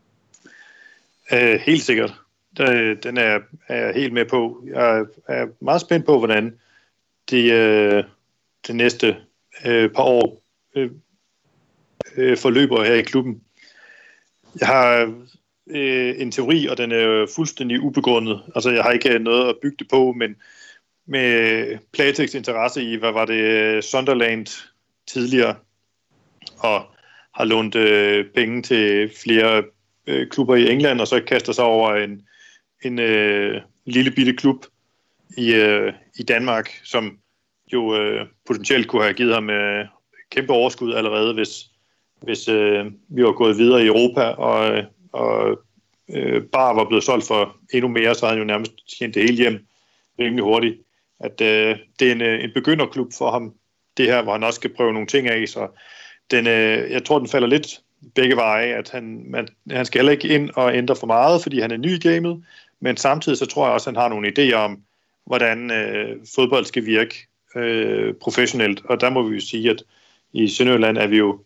Øh, helt sikkert. Den er, er jeg helt med på. Jeg er meget spændt på, hvordan det, øh, det næste... Øh, par år øh, øh, forløber her i klubben. Jeg har øh, en teori, og den er fuldstændig ubegrundet. Altså, jeg har ikke noget at bygge det på, men med Plateks interesse i, hvad var det, Sunderland tidligere, og har lånt øh, penge til flere øh, klubber i England, og så kaster sig over en, en øh, lille bitte klub i, øh, i Danmark, som jo øh, potentielt kunne have givet ham øh, kæmpe overskud allerede, hvis, hvis øh, vi var gået videre i Europa, og, og øh, bare var blevet solgt for endnu mere, så havde han jo nærmest tjent det hele hjem rimelig hurtigt. At øh, det er en, en begynderklub for ham, det her, hvor han også skal prøve nogle ting af, så den, øh, jeg tror, den falder lidt begge veje, at han, man, han skal heller ikke ind og ændre for meget, fordi han er ny i gamet, men samtidig så tror jeg også, at han har nogle idéer om, hvordan øh, fodbold skal virke øh, professionelt, og der må vi jo sige, at i Sønderjylland er vi jo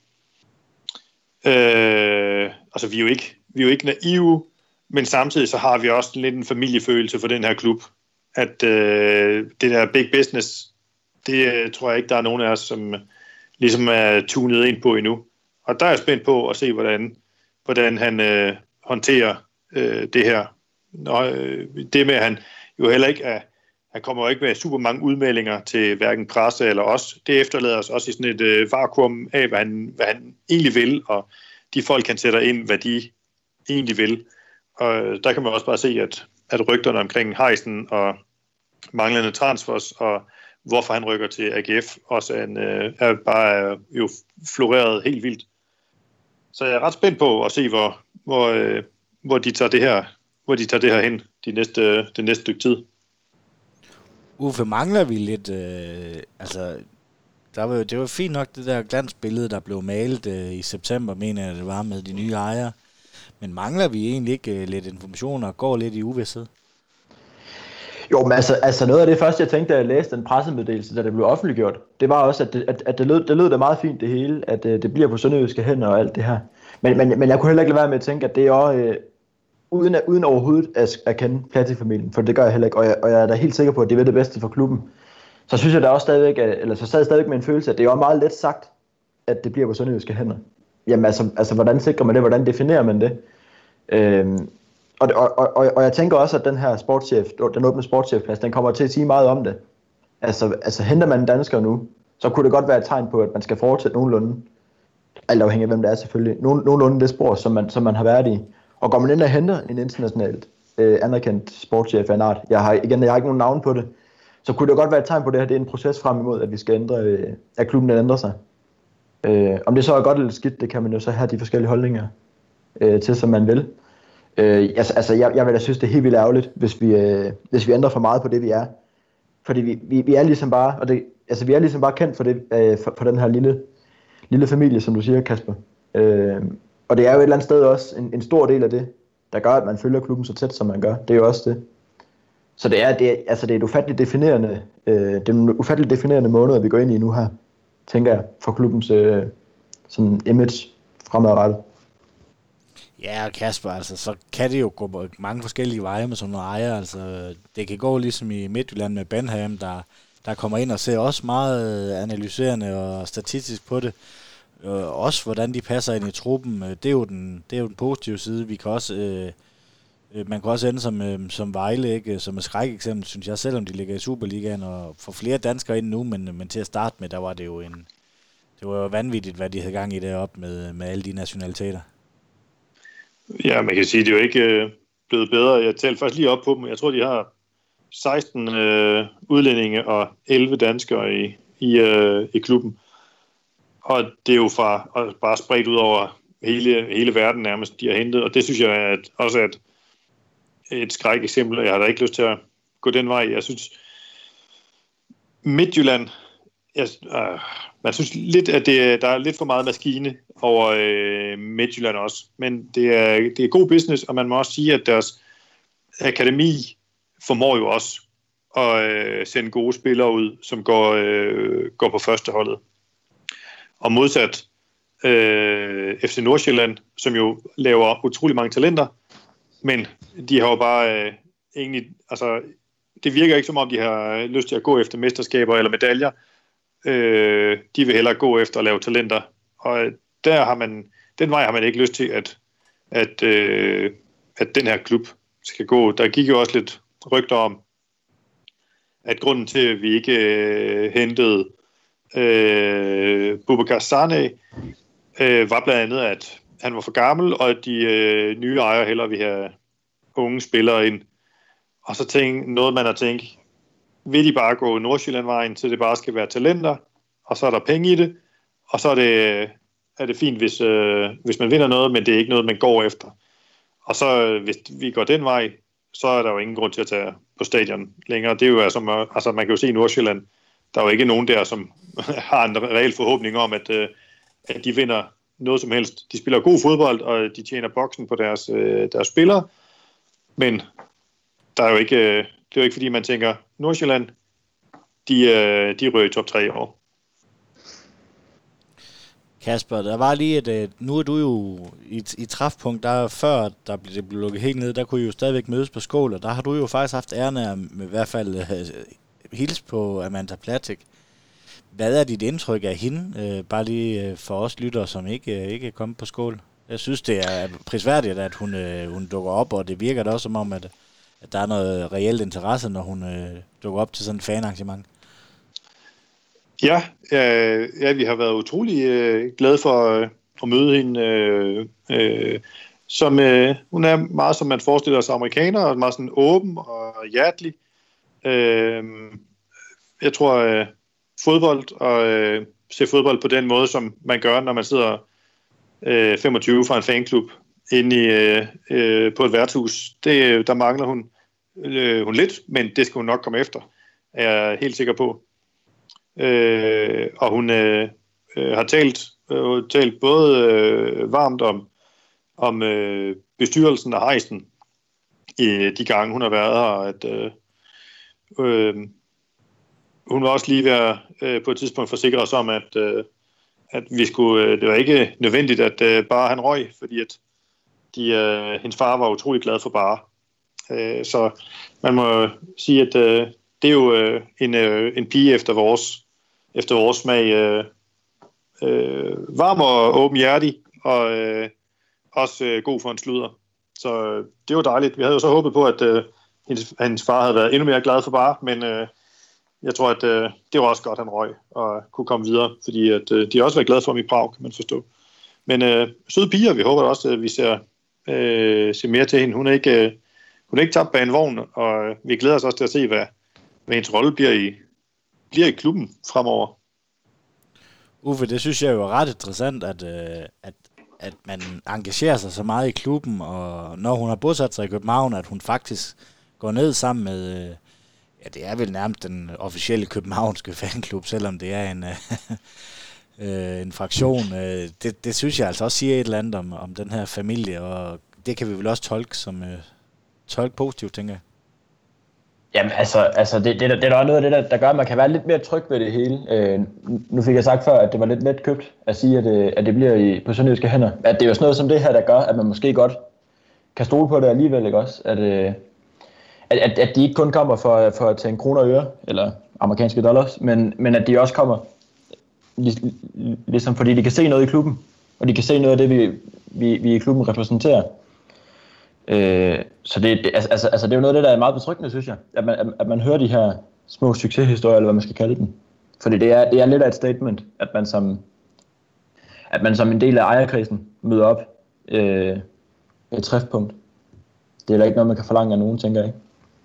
øh, altså vi er jo ikke vi er jo ikke naive, men samtidig så har vi også lidt en familiefølelse for den her klub, at øh, det der big business, det øh, tror jeg ikke, der er nogen af os, som ligesom er tunet ind på endnu. Og der er jeg spændt på at se, hvordan, hvordan han øh, håndterer øh, det her. Nå, øh, det med, at han jo heller ikke er, han kommer jo ikke med super mange udmeldinger til hverken presse eller os. Det efterlader os også i sådan et øh, vakuum af, hvad han, hvad han egentlig vil, og de folk, han sætter ind, hvad de egentlig vil. Og der kan man også bare se, at, at rygterne omkring Heisen og, manglende transfers, og hvorfor han rykker til A G F, også er, en, øh, er bare jo floreret helt vildt. Så jeg er ret spændt på at se, hvor, hvor, øh, hvor, de, tager det her, hvor de tager det her hen de næste, det næste stykke tid. Uffe, mangler vi lidt... Øh, altså, der var jo, det var fint nok, det der glansbillede, der blev malet øh, i september, mener jeg, det var med de nye ejere. Men mangler vi egentlig ikke øh, lidt information og går lidt i uvished? Jo, men altså, altså noget af det første, jeg tænkte, da jeg læste den pressemeddelelse, da det blev offentliggjort, det var også, at det, at, at det, lød, det lød da meget fint det hele, at øh, det bliver på sønderjyske hænder og alt det her. Men, men, men jeg kunne heller ikke lade være med at tænke, at det er også, øh, uden, uden overhovedet at, at kende Plati-familien, for det gør jeg heller ikke, og jeg, og jeg er da helt sikker på, at det er det bedste for klubben. Så synes jeg da også stadigvæk, eller så sad jeg stadigvæk med en følelse, at det er jo meget let sagt, at det bliver på sønderjyske hænder. Jamen altså, altså hvordan sikrer man det, hvordan definerer man det? Øhm, og, og, og, og jeg tænker også, at den her sportschef, den åbne sportschefplads, den kommer til at sige meget om det. Altså, altså henter man en dansker nu, så kunne det godt være et tegn på, at man skal fortsætte nogenlunde, alt afhængig af hvem det er selvfølgelig, nogen, nogenlunde det spor, som man, som man har været i. Og går man ind og henter en internationalt øh, anerkendt sportschef af en art, jeg har, igen, jeg har ikke nogen navn på det, så kunne det godt være et tegn på det her, det er en proces frem imod, at vi skal ændre, øh, at klubben den ændrer sig. Øh, om det så er godt eller skidt, det kan man jo så have de forskellige holdninger øh, til, som man vil. Øh, altså, altså jeg, jeg vil da synes, det er helt vildt ærgerligt, hvis vi, øh, hvis vi ændrer for meget på det, vi er. Fordi vi, vi, vi er ligesom bare, og det, altså vi er ligesom bare kendt for, det, øh, for, for den her lille, lille familie, som du siger, Kasper. Øh, og det er jo et eller andet sted også en, en stor del af det, der gør, at man følger klubben så tæt, som man gør. Det er jo også det. Så det er, det er, altså det er et ufatteligt definerende, øh, det er en ufatteligt definerende måned, vi går ind i nu her, tænker jeg, for klubbens øh, sådan image fremadrettet. Ja, Kasper, altså, så kan det jo gå mange forskellige veje med sådan nogle ejere. Altså, det kan gå ligesom i Midtjylland med Benham, der, der kommer ind og ser også meget analyserende og statistisk på det. Øh, også hvordan de passer ind i truppen. Det er jo den, det er jo den positive side. Vi kan også... Øh, Man kan også ende som, øh, som Vejle, ikke? Som et skrækeksempel, synes jeg, selvom de ligger i Superligaen og får flere danskere ind nu, men, men til at starte med, der var det jo en, det var jo vanvittigt, hvad de havde gang i deroppe med, med alle de nationaliteter. Ja, man kan sige, at det er jo ikke øh, blevet bedre. Jeg talte først lige op på dem. Jeg tror, de har seksten øh, udlændinge og elleve danskere i, i, øh, i klubben. Og det er jo fra og bare spredt ud over hele, hele verden nærmest, de har hentet. Og det synes jeg at, også er et, et skræk eksempel. Jeg har da ikke lyst til at gå den vej. Jeg synes, Midtjylland, jeg, øh, man synes lidt, at det, der er lidt for meget maskine over øh, Midtjylland også. Men det er, det er god business, og man må også sige, at deres akademi formår jo også at øh, sende gode spillere ud, som går, øh, går på førsteholdet. Og modsat øh, F C Nordsjælland, som jo laver utrolig mange talenter, men de har jo bare øh, egentlig, altså det virker ikke som om, de har lyst til at gå efter mesterskaber eller medaljer. Øh, de vil hellere gå efter at lave talenter, og der har man, den vej har man ikke lyst til, at, at, øh, at den her klub skal gå. Der gik jo også lidt rygter om, at grunden til, at vi ikke øh, hentede øh, Boubacar Sané, øh, var blandt andet, at han var for gammel, og at de øh, nye ejere hellere vil have unge spillere ind. Og så tænk, noget man har tænkt, vil de bare gå Nordsjællandvejen, til det bare skal være talenter, og så er der penge i det, og så er det, er det fint, hvis, øh, hvis man vinder noget, men det er ikke noget, man går efter. Og så hvis vi går den vej, så er der jo ingen grund til at tage på stadion længere. Det er jo altså, altså man kan jo se i Nordsjælland, der er jo ikke nogen der, som har en reel forhåbning om, at, øh, at de vinder noget som helst. De spiller god fodbold, og de tjener boksen på deres, øh, deres spillere, men der er jo ikke, øh, det er jo ikke fordi, man tænker, Nordsjælland, de, øh, de rører i top tre i år. Kasper, der var lige et, øh, nu er du jo i, i træfpunkt, der før der blev, det blev lukket helt ned, der kunne I jo stadigvæk mødes på skål, og der har du jo faktisk haft æren af i hvert fald øh, hils på Amanda Platik. Hvad er dit indtryk af hende? Øh, bare lige øh, for os lyttere, som ikke, øh, ikke er kommet på skål. Jeg synes, det er prisværdigt, at hun, øh, hun dukker op, og det virker da også som om, at, at der er noget reelt interesse, når hun øh, dukker op til sådan et fanarrangement. Ja, øh, ja, vi har været utrolig øh, glade for øh, at møde hende. Øh, øh, som, øh, hun er meget, som man forestiller sig, amerikaner, og meget sådan åben og hjertelig. Øh, jeg tror, øh, fodbold og øh, se fodbold på den måde, som man gør, når man sidder øh, femogtyve fra en fanklub inde i, øh, øh, på et værtshus. Det, der mangler hun, øh, hun lidt, men det skal hun nok komme efter, er jeg helt sikker på. Øh, og hun øh, øh, har talt, øh, talt både øh, varmt om, om øh, bestyrelsen af Hejsten i de gange, hun har været her, at øh, øh, hun var også lige ved øh, på et tidspunkt forsikre os om, at, øh, at vi skulle, øh, det var ikke nødvendigt, at øh, bare han røg, fordi at de, øh, hendes far var utrolig glad for bare. Øh, så man må sige, at øh, det er jo øh, en, øh, en pige efter vores, efter vores smag. Øh, øh, varm og åbenhjertig, og øh, også øh, god for en sludder. Så øh, det var dejligt. Vi havde jo så håbet på, at øh, hendes, hendes far havde været endnu mere glad for bare, men øh, jeg tror, at øh, det var også godt, han røg og kunne komme videre, fordi at, øh, de har også været glade for ham i Prag, kan man forstå. Men øh, søde piger, vi håber også, at vi ser, øh, ser mere til hende. Hun er ikke, øh, hun er ikke tabt bag en vogn, og øh, vi glæder os også til at se, hvad, hvad hendes rolle bliver i, bliver i klubben fremover. Uffe, det synes jeg jo er ret interessant, at, øh, at, at man engagerer sig så meget i klubben, og når hun har bosat sig i København, at hun faktisk går ned sammen med, øh, ja, det er vel nærmest den officielle københavnske fanklub, selvom det er en, øh, en fraktion. Øh, det, det synes jeg altså også siger et eller andet om, om den her familie, og det kan vi vel også tolke som øh, tolke positivt, tænker jeg. Jamen altså, altså det, det, det er der noget af det, der, der gør, at man kan være lidt mere tryg ved det hele. Øh, nu fik jeg sagt før, at det var lidt let købt at sige, at det, at det bliver i, på sønderjyske hænder. At det er jo sådan noget som det her, der gør, at man måske godt kan stole på det alligevel, ikke også? At, øh, at, at, at de ikke kun kommer for, for at tage en kroner og øre, eller amerikanske dollars, men, men at de også kommer, lig, ligesom fordi de kan se noget i klubben, og de kan se noget af det, vi, vi, vi i klubben repræsenterer. Øh, så det, det, altså, altså, det er jo noget af det, der er meget betryggende, synes jeg, at man, at, at man hører de her små succeshistorier, eller hvad man skal kalde dem. Fordi det er, det er lidt af et statement, at man som, at man som en del af ejerkrisen møder op øh, et træfpunkt. Det er da ikke noget, man kan forlange af nogen, tænker jeg.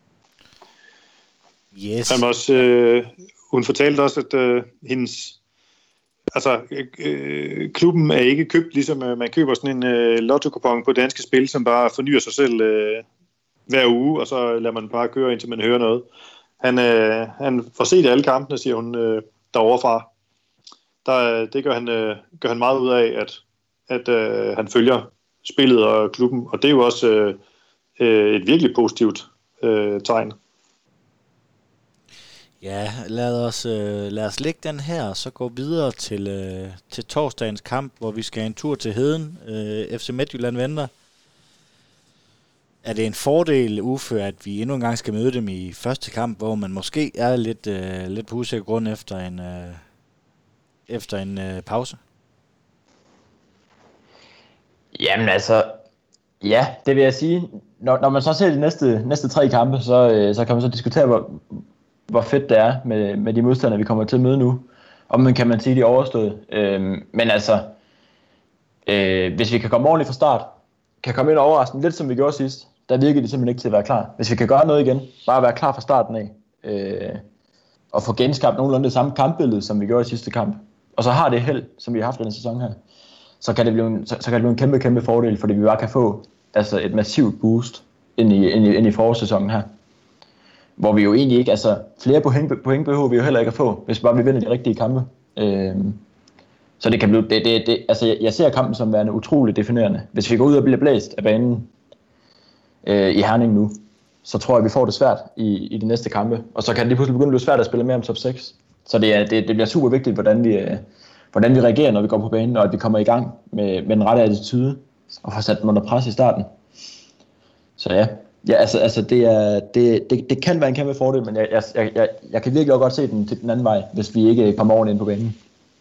Yes. Han også, øh, hun fortalte også, at øh, hendes altså, øh, klubben er ikke købt, ligesom øh, man køber sådan en øh, lotto-kupon på danske spil, som bare fornyer sig selv øh, hver uge, og så lader man bare køre, indtil man hører noget. Han, øh, han får set alle kampene, siger hun, øh, derovre fra. Der, det gør han, øh, gør han meget ud af, at, at øh, han følger spillet og klubben, og det er jo også øh, øh, et virkelig positivt øh, tegn. Ja, lad os, øh, lad os lægge den her, og så gå videre til, øh, til torsdagens kamp, hvor vi skal en tur til Heden. Øh, F C Midtjylland venter. Er det en fordel, Uffe, at vi endnu en gang skal møde dem i første kamp, hvor man måske er lidt, øh, lidt på usikker grund efter en, øh, efter en øh, pause? Jamen altså, ja, det vil jeg sige. Når, når man så ser de næste, næste tre kampe, så, øh, så kan man så diskutere, hvor, hvor fedt det er med, med de modstandere, vi kommer til at møde nu. Om man kan man sige, de er overstået. Øh, men altså, øh, hvis vi kan komme ordentligt fra start, kan komme ind og overraske lidt, som vi gjorde sidst, der virker de simpelthen ikke til at være klar. Hvis vi kan gøre noget igen, bare være klar fra starten af, øh, og få genskabt nogenlunde det samme kampbillede, som vi gjorde i sidste kamp, og så har det held, som vi har haft denne sæson her, så kan det blive en, så, så kan det blive en kæmpe, kæmpe fordel, fordi vi bare kan få altså et massivt boost ind i, ind i, ind i forårssæsonen her. Hvor vi jo egentlig ikke, altså flere point, point behøver vi jo heller ikke at få, hvis bare vi vinder de rigtige kampe. Øh, så det kan blive, det, det, det, altså jeg, jeg ser kampen som værende utroligt definerende. Hvis vi går ud og bliver blæst af banen øh, i Herning nu, så tror jeg, vi får det svært i, i de næste kampe. Og så kan det lige pludselig begynde at blive svært at spille mere om top seks. Så det, er, det, det bliver super vigtigt, hvordan vi, øh, hvordan vi reagerer, når vi går på banen, og at vi kommer i gang med, med den rette attitude, og får sat dem under pres i starten. Så ja, ja altså, altså det, er, det, det, det kan være en kæmpe fordel, men jeg, jeg, jeg, jeg kan virkelig også godt se den til den anden vej, hvis vi ikke kommer ordentligt ind på banen.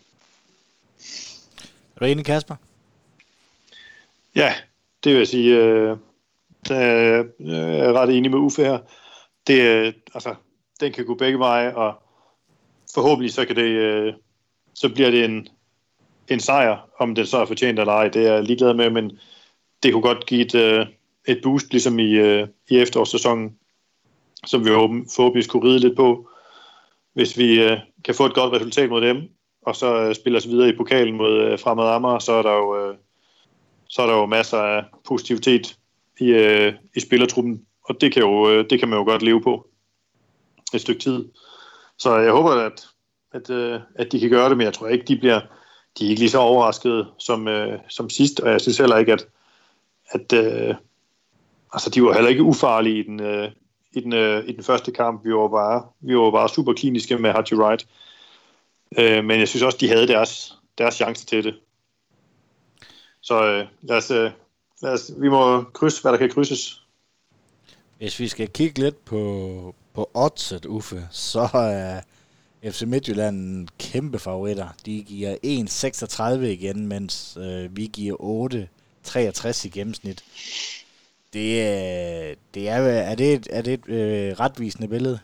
Er du enig, Kasper? Ja, det vil jeg sige. Øh, jeg er ret enig med Uffe her. Det, øh, altså, den kan gå begge veje, og forhåbentlig så kan det, øh, så bliver det en, en sejr, om det så er fortjent eller ej. Det er jeg ligeglad med, men det kunne godt give et, øh, et boost, ligesom i, øh, i efterårssæsonen. som vi forhåbentlig kunne ride lidt på, hvis vi øh, kan få et godt resultat mod dem, og så øh, spiller os videre i pokalen mod øh, Fremad Amager, så er der jo øh, så er der jo masser af positivitet i, øh, i spillertruppen, og det kan, jo, øh, det kan man jo godt leve på et stykke tid. Så jeg håber, at, at, øh, at de kan gøre det, men jeg tror ikke, de bliver de er ikke lige så overraskede som, øh, som sidst, og jeg synes heller ikke, at, at øh, altså, de var heller ikke ufarlige i den, øh, i den, øh, i den første kamp. Vi var bare, vi var bare super kliniske med Haji Wright, øh, men jeg synes også, de havde deres, deres chance til det. Så øh, lad os, øh, lad os, vi må krydse, hvad der kan krydses. Hvis vi skal kigge lidt på, på oddset, Uffe, så er F C Midtjylland kæmpe favoritter. De giver en komma seksogtredive igen, mens øh, vi giver otte komma treogtres i gennemsnit. Det, er, det er, er det et, er det et øh, retvisende billede?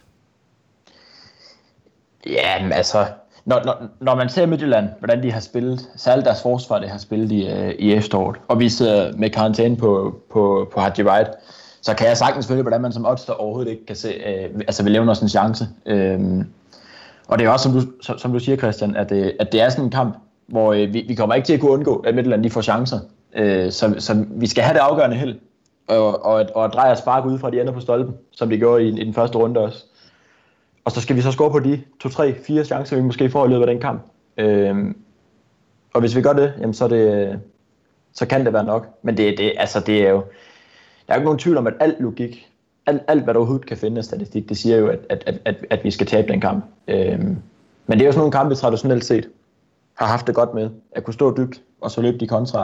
Ja, men altså, når, når, når man ser Midtjylland, hvordan de har spillet, særligt deres forsvar, det har spillet i, øh, i efteråret, og vi sidder med karantæne på, på, på Haji Wright, så kan jeg sagtens følge, hvordan man som oddster overhovedet ikke kan se, øh, altså vil leve os en chance. Øhm, og det er også, som du, som, som du siger, Christian, at, øh, at det er sådan en kamp, hvor øh, vi, vi kommer ikke til at kunne undgå, at Midtjylland de får chancer. Øh, så, så vi skal have det afgørende held, og, og, og at dreje og sparke ud fra de ender på stolpen, som de gjorde i, i den første runde også. Og så skal vi så score på de to, tre, fire chancer, vi måske får i løbet af den kamp. Øhm, og hvis vi gør det, jamen så, det, så kan det være nok. Men det, det, altså det er jo, der er jo ikke nogen tvivl om, at alt logik, alt, alt hvad der overhovedet kan finde af statistik, det siger jo, at, at, at, at, at vi skal tabe den kamp. Øhm, men det er jo sådan nogle kampe, vi traditionelt set har haft det godt med, at kunne stå dybt, og så løbe de kontra.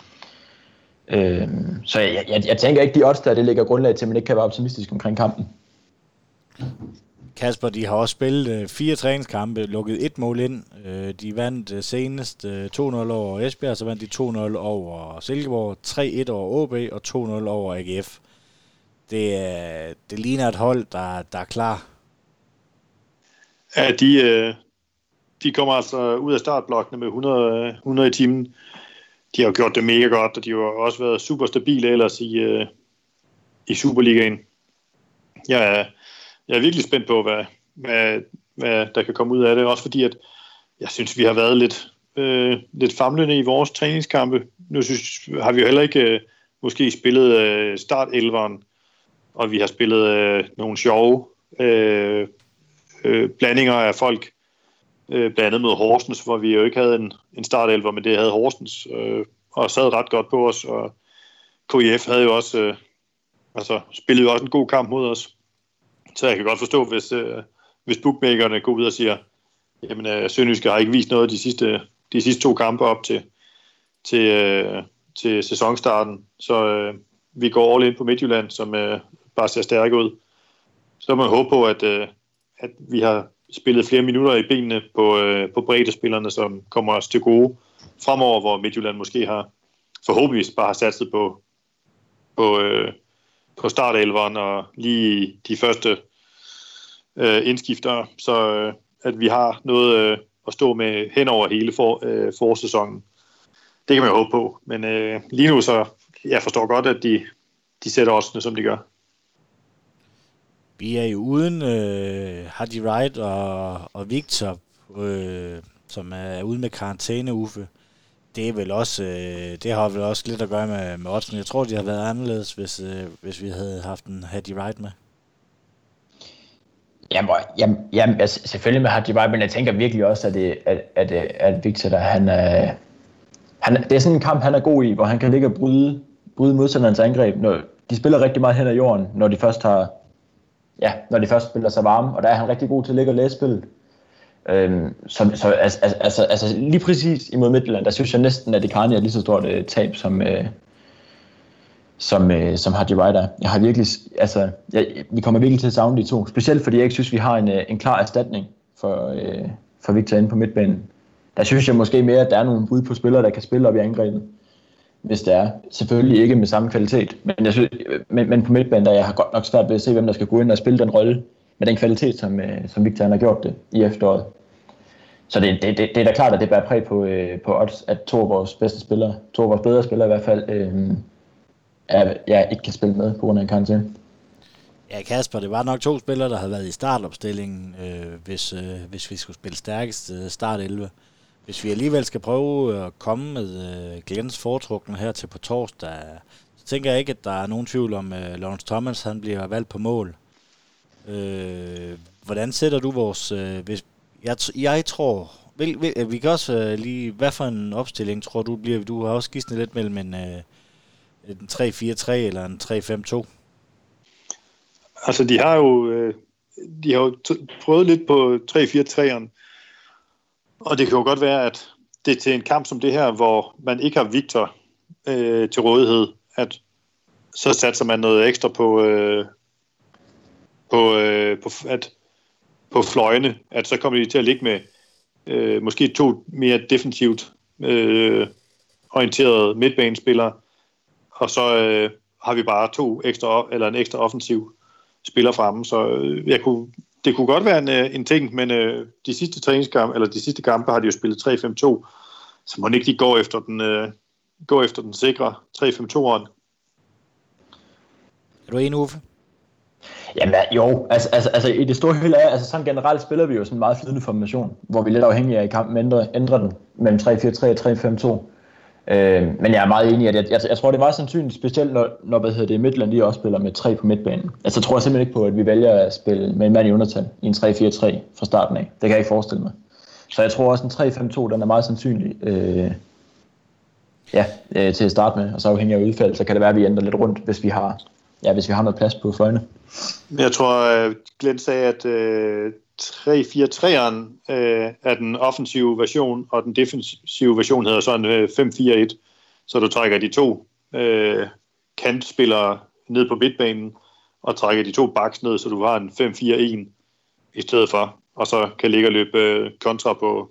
Øhm, så jeg, jeg, jeg tænker ikke, de odds der, det ligger grundlag til, at man ikke kan være optimistisk omkring kampen. Kasper, de har også spillet øh, fire træningskampe, lukket et mål ind. Øh, de vandt øh, senest øh, to nul over Esbjerg, så vandt de to nul over Silkeborg, tre et over O B og to nul over A G F. Det, øh, det ligner et hold, der, der er klar. Ja, de, øh, de kommer altså ud af startblokkene med hundrede, hundrede i timen. De har gjort det mega godt, og de har også været super stabile ellers i, øh, i Superligaen. Jeg er, jeg er virkelig spændt på, hvad, hvad, hvad der kan komme ud af det. Også fordi, at jeg synes, vi har været lidt, øh, lidt famlende i vores træningskampe. Nu synes, har vi jo heller ikke øh, måske spillet øh, start-elveren, og vi har spillet øh, nogle sjove øh, øh, blandinger af folk. Øh, blandt andet mod Horsens, hvor vi jo ikke havde en, en startelver, men det havde Horsens, øh, og sad ret godt på os, og K I F havde jo også øh, altså, spillede jo også en god kamp mod os. Så jeg kan godt forstå, hvis, øh, hvis bookmakerne går ud og siger, jamen øh, Sønderjyske har ikke vist noget de sidste, de sidste to kampe op til, til, øh, til sæsonstarten, så øh, vi går all in på Midtjylland, som øh, bare ser stærke ud. Så må man håbe på, at, øh, at vi har spillet flere minutter i benene på, øh, på breddespillerne, som kommer os til gode fremover, hvor Midtjylland måske har forhåbentlig bare har satset på, på, øh, på startelveren og lige de første øh, indskifter, så øh, at vi har noget øh, at stå med hen over hele for, øh, forsæsonen. Det kan man jo håbe på, men øh, lige nu så jeg forstår godt, at de, de sætter oddsene, som de gør. Vi er jo uden øh, Haji Wright og, og Victor, øh, som er ude med karantæne, Uffe. Det er vel også, øh, det har vel også lidt at gøre med, med oddsene. Jeg tror, de har været anderledes, hvis, øh, hvis vi havde haft en Haji Wright med. Jamen, jamen, jamen altså, selvfølgelig med Haji Wright, men jeg tænker virkelig også, at, det, at, at, at Victor, der, han, øh, han, det er sådan en kamp, han er god i, hvor han kan ligge og bryde, bryde modstanderens angreb. Når de spiller rigtig meget hen ad jorden, når de først har Ja, når de først spiller sig varme, og der er han rigtig god til at ligge og læse spillet. Øhm, så så altså, altså, altså lige præcis imod Midtjylland, der synes jeg næsten, at Icardi er lige så stort et tab, som, øh, som, øh, som Haji Wright er. Jeg har virkelig, altså, jeg, vi kommer virkelig til at savne de to, specielt fordi jeg ikke synes, vi har en, en klar erstatning for, øh, for Victor inde på midtbanen. Der synes jeg måske mere, at der er nogle bud på spillere, der kan spille op i angrebet, hvis det er. Selvfølgelig ikke med samme kvalitet, men, jeg synes, men, men på midtbanen, der jeg har godt nok svært ved at se, hvem der skal gå ind og spille den rolle med den kvalitet, som, som Victor har gjort det i efteråret. Så det, det, det, det er da klart, at det bærer præg på, på odds, at to af vores bedste spillere, to af vores bedre spillere i hvert fald, øh, er, ja, ikke kan spille med på grund af en karantæne. Ja, Kasper, det var nok to spillere, der havde været i startopstillingen, øh, hvis, øh, hvis vi skulle spille stærkest øh, start elleve. Hvis vi alligevel skal prøve at komme med øh, Glens foretrukne her til på torsdag, så tænker jeg ikke, at der er nogen tvivl om, at øh, Lawrence Thomas han bliver valgt på mål. Øh, hvordan sætter du vores... Øh, hvis, jeg, jeg tror... Vil, vil, vi kan også øh, lige... Hvad for en opstilling tror du bliver? Du har også gisnet lidt mellem en, øh, en tre fire tre eller en tre fem to. Altså, de har jo, øh, de har jo t- prøvet lidt på tre fire tre'eren, og det kan jo godt være, at det er til en kamp som det her, hvor man ikke har Victor øh, til rådighed, at så satser man noget ekstra på, øh, på, øh, på, at, på fløjene, at så kommer de til at ligge med øh, måske to mere defensivt øh, orienterede midtbanespillere, og så øh, har vi bare to ekstra, eller en ekstra offensiv spiller fremme, så jeg kunne, det kunne godt være en, en ting, men øh, de sidste træningskampe, eller de sidste kampe har de jo spillet tre fem to, så må ikke de gå efter den, øh, gå efter den sikre tre fem to'eren. Er du enig, Uffe? Jamen jo, altså, altså, altså i det store hele af, altså sådan generelt spiller vi jo sådan en meget flydende formation, hvor vi er lidt afhængige af i kampen ændrer, ændrer den mellem tre fire tre og tre fem to. Øh, men jeg er meget enig i, at jeg, jeg, jeg tror, det er meget sandsynligt, specielt når, når hvad hedder det, Midtland lige også spiller med tre på midtbanen. Altså, jeg tror simpelthen ikke på, at vi vælger at spille med en mand i undertal i en tre fire tre fra starten af. Det kan jeg ikke forestille mig. Så jeg tror også, en tre fem to, den er meget sandsynlig øh, ja, øh, til at starte med. Og så afhængig af udfald, så kan det være, at vi ændrer lidt rundt, hvis vi har, ja, hvis vi har noget plads på fløjene. Jeg tror, Glenn sagde, at øh, tre fire tre'eren øh, er den offensive version, og den defensive version hedder sådan øh, fem fire et. Så du trækker de to øh, kantspillere ned på midtbanen, og trækker de to backs ned, så du har en fem fire en i stedet for, og så kan ligge og løbe øh, kontra på,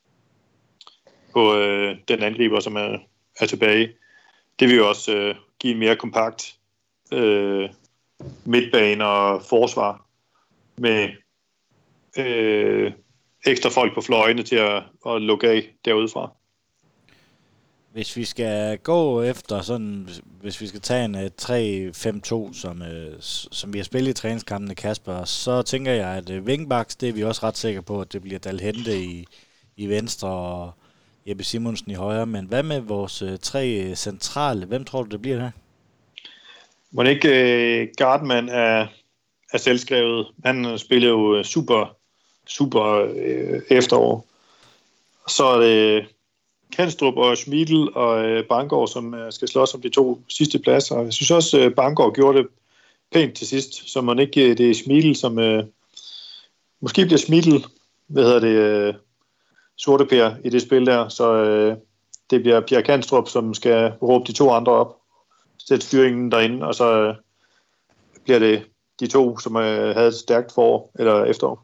på øh, den angriber, som er, er tilbage. Det vil jo også øh, give en mere kompakt øh, midtbane og forsvar med øh, ekstra folk på fløjene til at, at lukke af derudefra. Hvis vi skal gå efter sådan, hvis vi skal tage en uh, tre fem to, som, uh, som vi har spillet i træningskampene, Kasper, så tænker jeg, at uh, wingbacks, det er vi også ret sikre på, at det bliver Dalhente i, i venstre og Jeppe Simonsen i højre. Men hvad med vores uh, tre centrale? Hvem tror du, det bliver der? Må ikke uh, Gardman er, er selvskrevet. Han spiller jo super, super uh, efterår. Så er det Kanstrup og Schmidl og øh, Bangor, som øh, skal slås om de to sidste pladser. Jeg synes også, øh, Bangor gjorde det pænt til sidst, så man ikke øh, det er Schmidl, som øh, måske bliver Schmidl, hvad hedder det, øh, sorte per i det spil der, så øh, det bliver Pierre Kanstrup, som skal råbe de to andre op, sætte styringen derinde, og så øh, bliver det de to, som øh, havde et stærkt forår, eller efterår.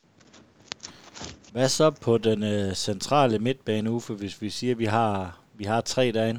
Hvad så på den øh, centrale midtbane, Uffe, hvis vi siger, at vi har, vi har tre derinde?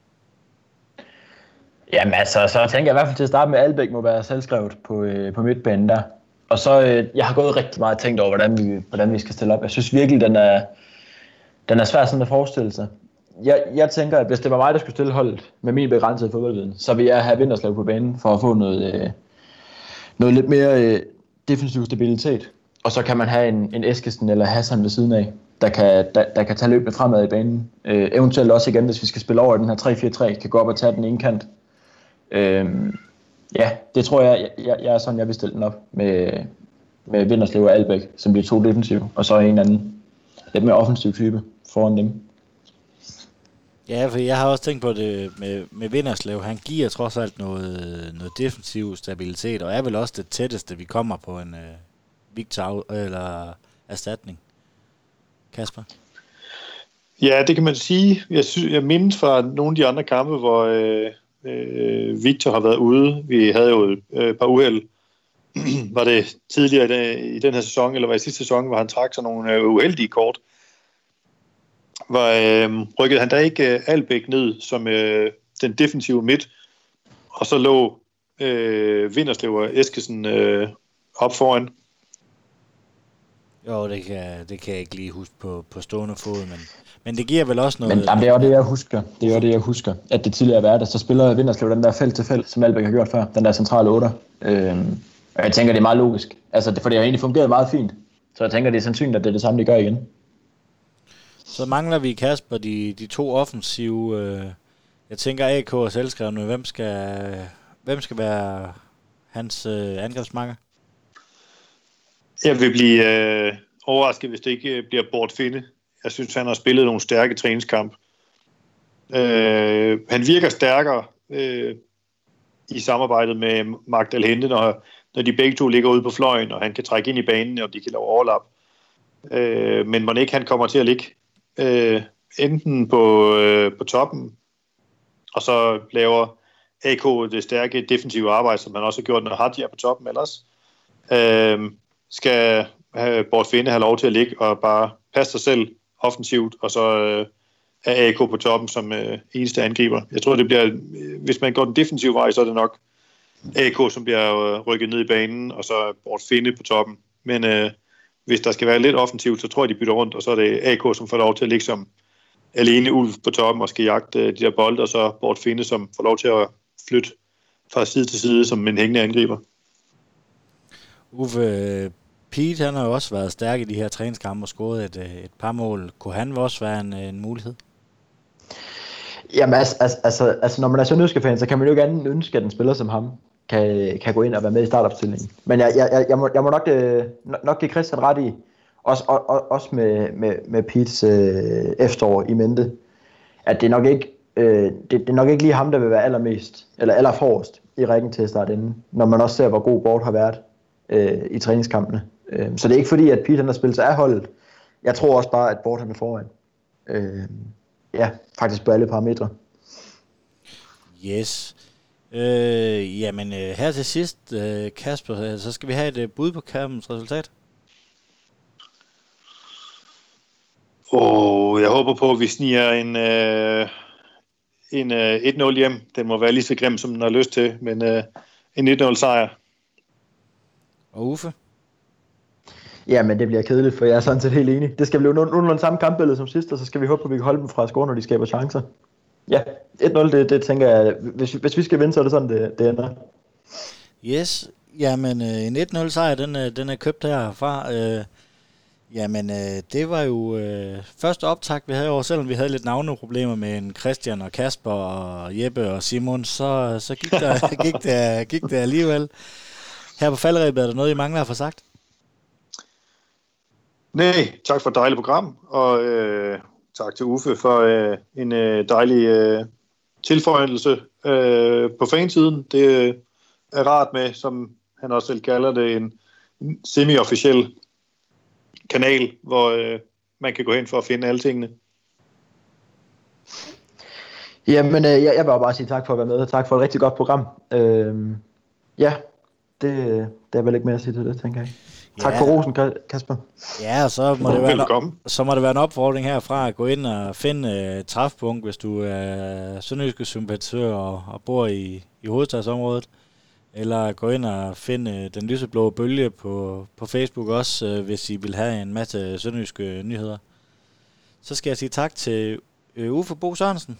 Jamen altså, så tænker jeg i hvert fald til at starte med, at Albæk må være selvskrevet på, øh, på midtbanen der. Og så, øh, jeg har gået rigtig meget tænkt over, hvordan vi, hvordan vi skal stille op. Jeg synes virkelig, den er, den er svær sådan at forestille sig. Jeg, jeg tænker, at hvis det var mig, der skulle stille holdet med min begrænsede fodboldviden, så vil jeg have Vinterslev på banen for at få noget, øh, noget lidt mere øh, defensiv stabilitet. Og så kan man have en, en Eskesen eller Hassan ved siden af, der kan, der, der kan tage løbende fremad i banen. Øh, eventuelt også igen, hvis vi skal spille over i den her tre fire tre, kan gå op og tage den ene kant. Øh, ja, det tror jeg, jeg, jeg er sådan, jeg vil stille den op med, med Vinterslev og Albæk, som bliver to defensive, og så en anden lidt mere offensiv type foran dem. Ja, for jeg har også tænkt på det med, med Vinterslev. Han giver trods alt noget, noget defensiv stabilitet, og er vel også det tætteste, vi kommer på en... Øh Victor eller erstatning. Kasper? Ja, det kan man sige. Jeg, synes, jeg mindes fra nogle af de andre kampe, hvor øh, øh, Victor har været ude. Vi havde jo et øh, par uheld. Var det tidligere i den, i den her sæson, eller var det i sidste sæson, hvor han trak sådan nogle øh, uheldige kort? Var, øh, rykkede han da ikke øh, Albæk ned som øh, den defensive midt, og så lå øh, Vinterslev og Eskesen øh, op foran? Jo, det kan, det kan jeg ikke lige huske på, på stående fod, men, Men det giver vel også noget... Men jamen, det er jo det, jeg husker. Det er jo det, jeg husker. At det tidligere har været, at så spiller Vinderslev den der felt til felt, som Albæk har gjort før. Den der centrale otter. Øhm, og jeg tænker, det er meget logisk. Altså, det, for det har egentlig fungeret meget fint. Så jeg tænker, det er sandsynligt, at det er det samme, de gør igen. Så mangler vi, Kasper, de, de to offensive... Øh, jeg tænker, A K og Selvskrevne. Hvem skal, hvem skal være hans øh, angrebsmarker? Jeg vil blive øh, overrasket, hvis det ikke bliver Bort Finde. Jeg synes, han har spillet nogle stærke træningskamp. Øh, han virker stærkere øh, i samarbejdet med Mark Dalhente, når, når de begge to ligger ude på fløjen, og han kan trække ind i banen, og de kan lave overlap. Øh, men må ikke han kommer til at ligge øh, enten på, øh, på toppen, og så laver A K det stærke defensive arbejde, som han også har gjort, når Hadji er på toppen ellers. Øh, skal Bort Finde have lov til at ligge og bare passe sig selv offensivt, og så øh, er A K på toppen som øh, eneste angriber. Jeg tror, det bliver, øh, hvis man går den defensive vej, så er det nok A K, som bliver øh, rykket ned i banen, og så Bort Finde på toppen. Men øh, hvis der skal være lidt offensivt, så tror jeg, de bytter rundt, og så er det A K, som får lov til at ligge som alene ulv på toppen og skal jagte øh, de der bolde, og så Bort Finde, som får lov til at flytte fra side til side som en hængende angriber. Uffe, Pete, han har jo også været stærk i de her træningskampe og scoret et, et par mål. Kunne han også være en, en mulighed? Jamen altså, altså, altså, når man er så nødskefan, så kan man jo gerne ønske, at en spiller som ham kan, kan gå ind og være med i startopstillingen. Men jeg, jeg, jeg, må, jeg må nok, nok give Christian ret i, også, og, også med, med, med Petes øh, efterår i mente, at det er nok ikke øh, det, det er nok ikke lige ham, der vil være allermest, eller allerforrest i rækken til at starte inden, når man også ser, hvor god Bort har været øh, i træningskampene. Øh, så det er ikke fordi, at Pete han har spillet sig af holdet. Jeg tror også bare, at Bort han er foran. Øh, ja, faktisk på alle parametre. Yes. Øh, jamen, øh, her til sidst, øh, Kasper, så skal vi have et øh, bud på kampens resultat. Og jeg håber på, at vi sniger en, øh, en øh, et nul hjem. Den må være lige så grim, som den har lyst til, men øh, en et nul sejr. Og Uffe? Ja, men det bliver kedeligt, for jeg er sådan set helt enig. Det skal blive nogenlunde samme kampbillede som sidst, og så skal vi håbe på, at vi kan holde dem fra at score, når de skaber chancer. Ja, et nul, det, det tænker jeg, hvis, hvis vi skal vinde, så er det sådan, det, det ender. Yes, jamen en et nul sejr, den, den er købt herfra. Øh, jamen det var jo øh, første optakt, vi havde over, selvom vi havde lidt navneproblemer med en Christian og Kasper og Jeppe og Simon, så, så gik, der, gik, der, gik der alligevel. Her på falderebet, er der noget, I mangler at få sagt? Nej, tak for et dejligt program, og øh, tak til Uffe for øh, en øh, dejlig øh, tilføjelse øh, på fansiden. Det øh, er rart med, som han også selv kalder det, en semi-officiel kanal, hvor øh, man kan gå hen for at finde alle tingene. Jamen, øh, jeg, jeg vil bare sige tak for at være med, og tak for et rigtig godt program. Øh, ja, det, det er vel ikke mere at sige til det, tænker jeg. Tak ja. for rosen, Kasper. Ja, og så må, det være en, så må det være en opfordring herfra at gå ind og finde uh, træfpunkt, hvis du er sønderjyske sympatisør og, og bor i, i hovedstadsområdet. Eller gå ind og finde uh, den lyseblå bølge på, på Facebook også, uh, hvis I vil have en masse sønderjyske nyheder. Så skal jeg sige tak til uh, Uffe Bo Sørensen.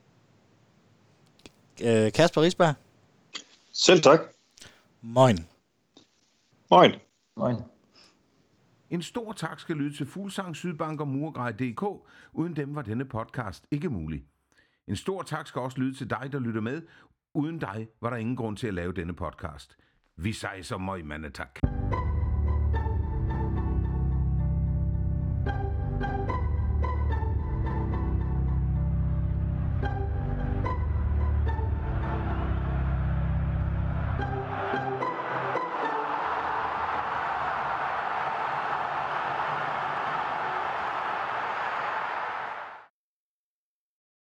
Uh, Kasper Risberg. Selv tak. Moin. Moin. Moin. En stor tak skal lyde til Fuglsang, Sydbank og Murgrej punktum d k. Uden dem var denne podcast ikke mulig. En stor tak skal også lyde til dig, der lytter med. Uden dig var der ingen grund til at lave denne podcast. Vi sejser møg, mandetak.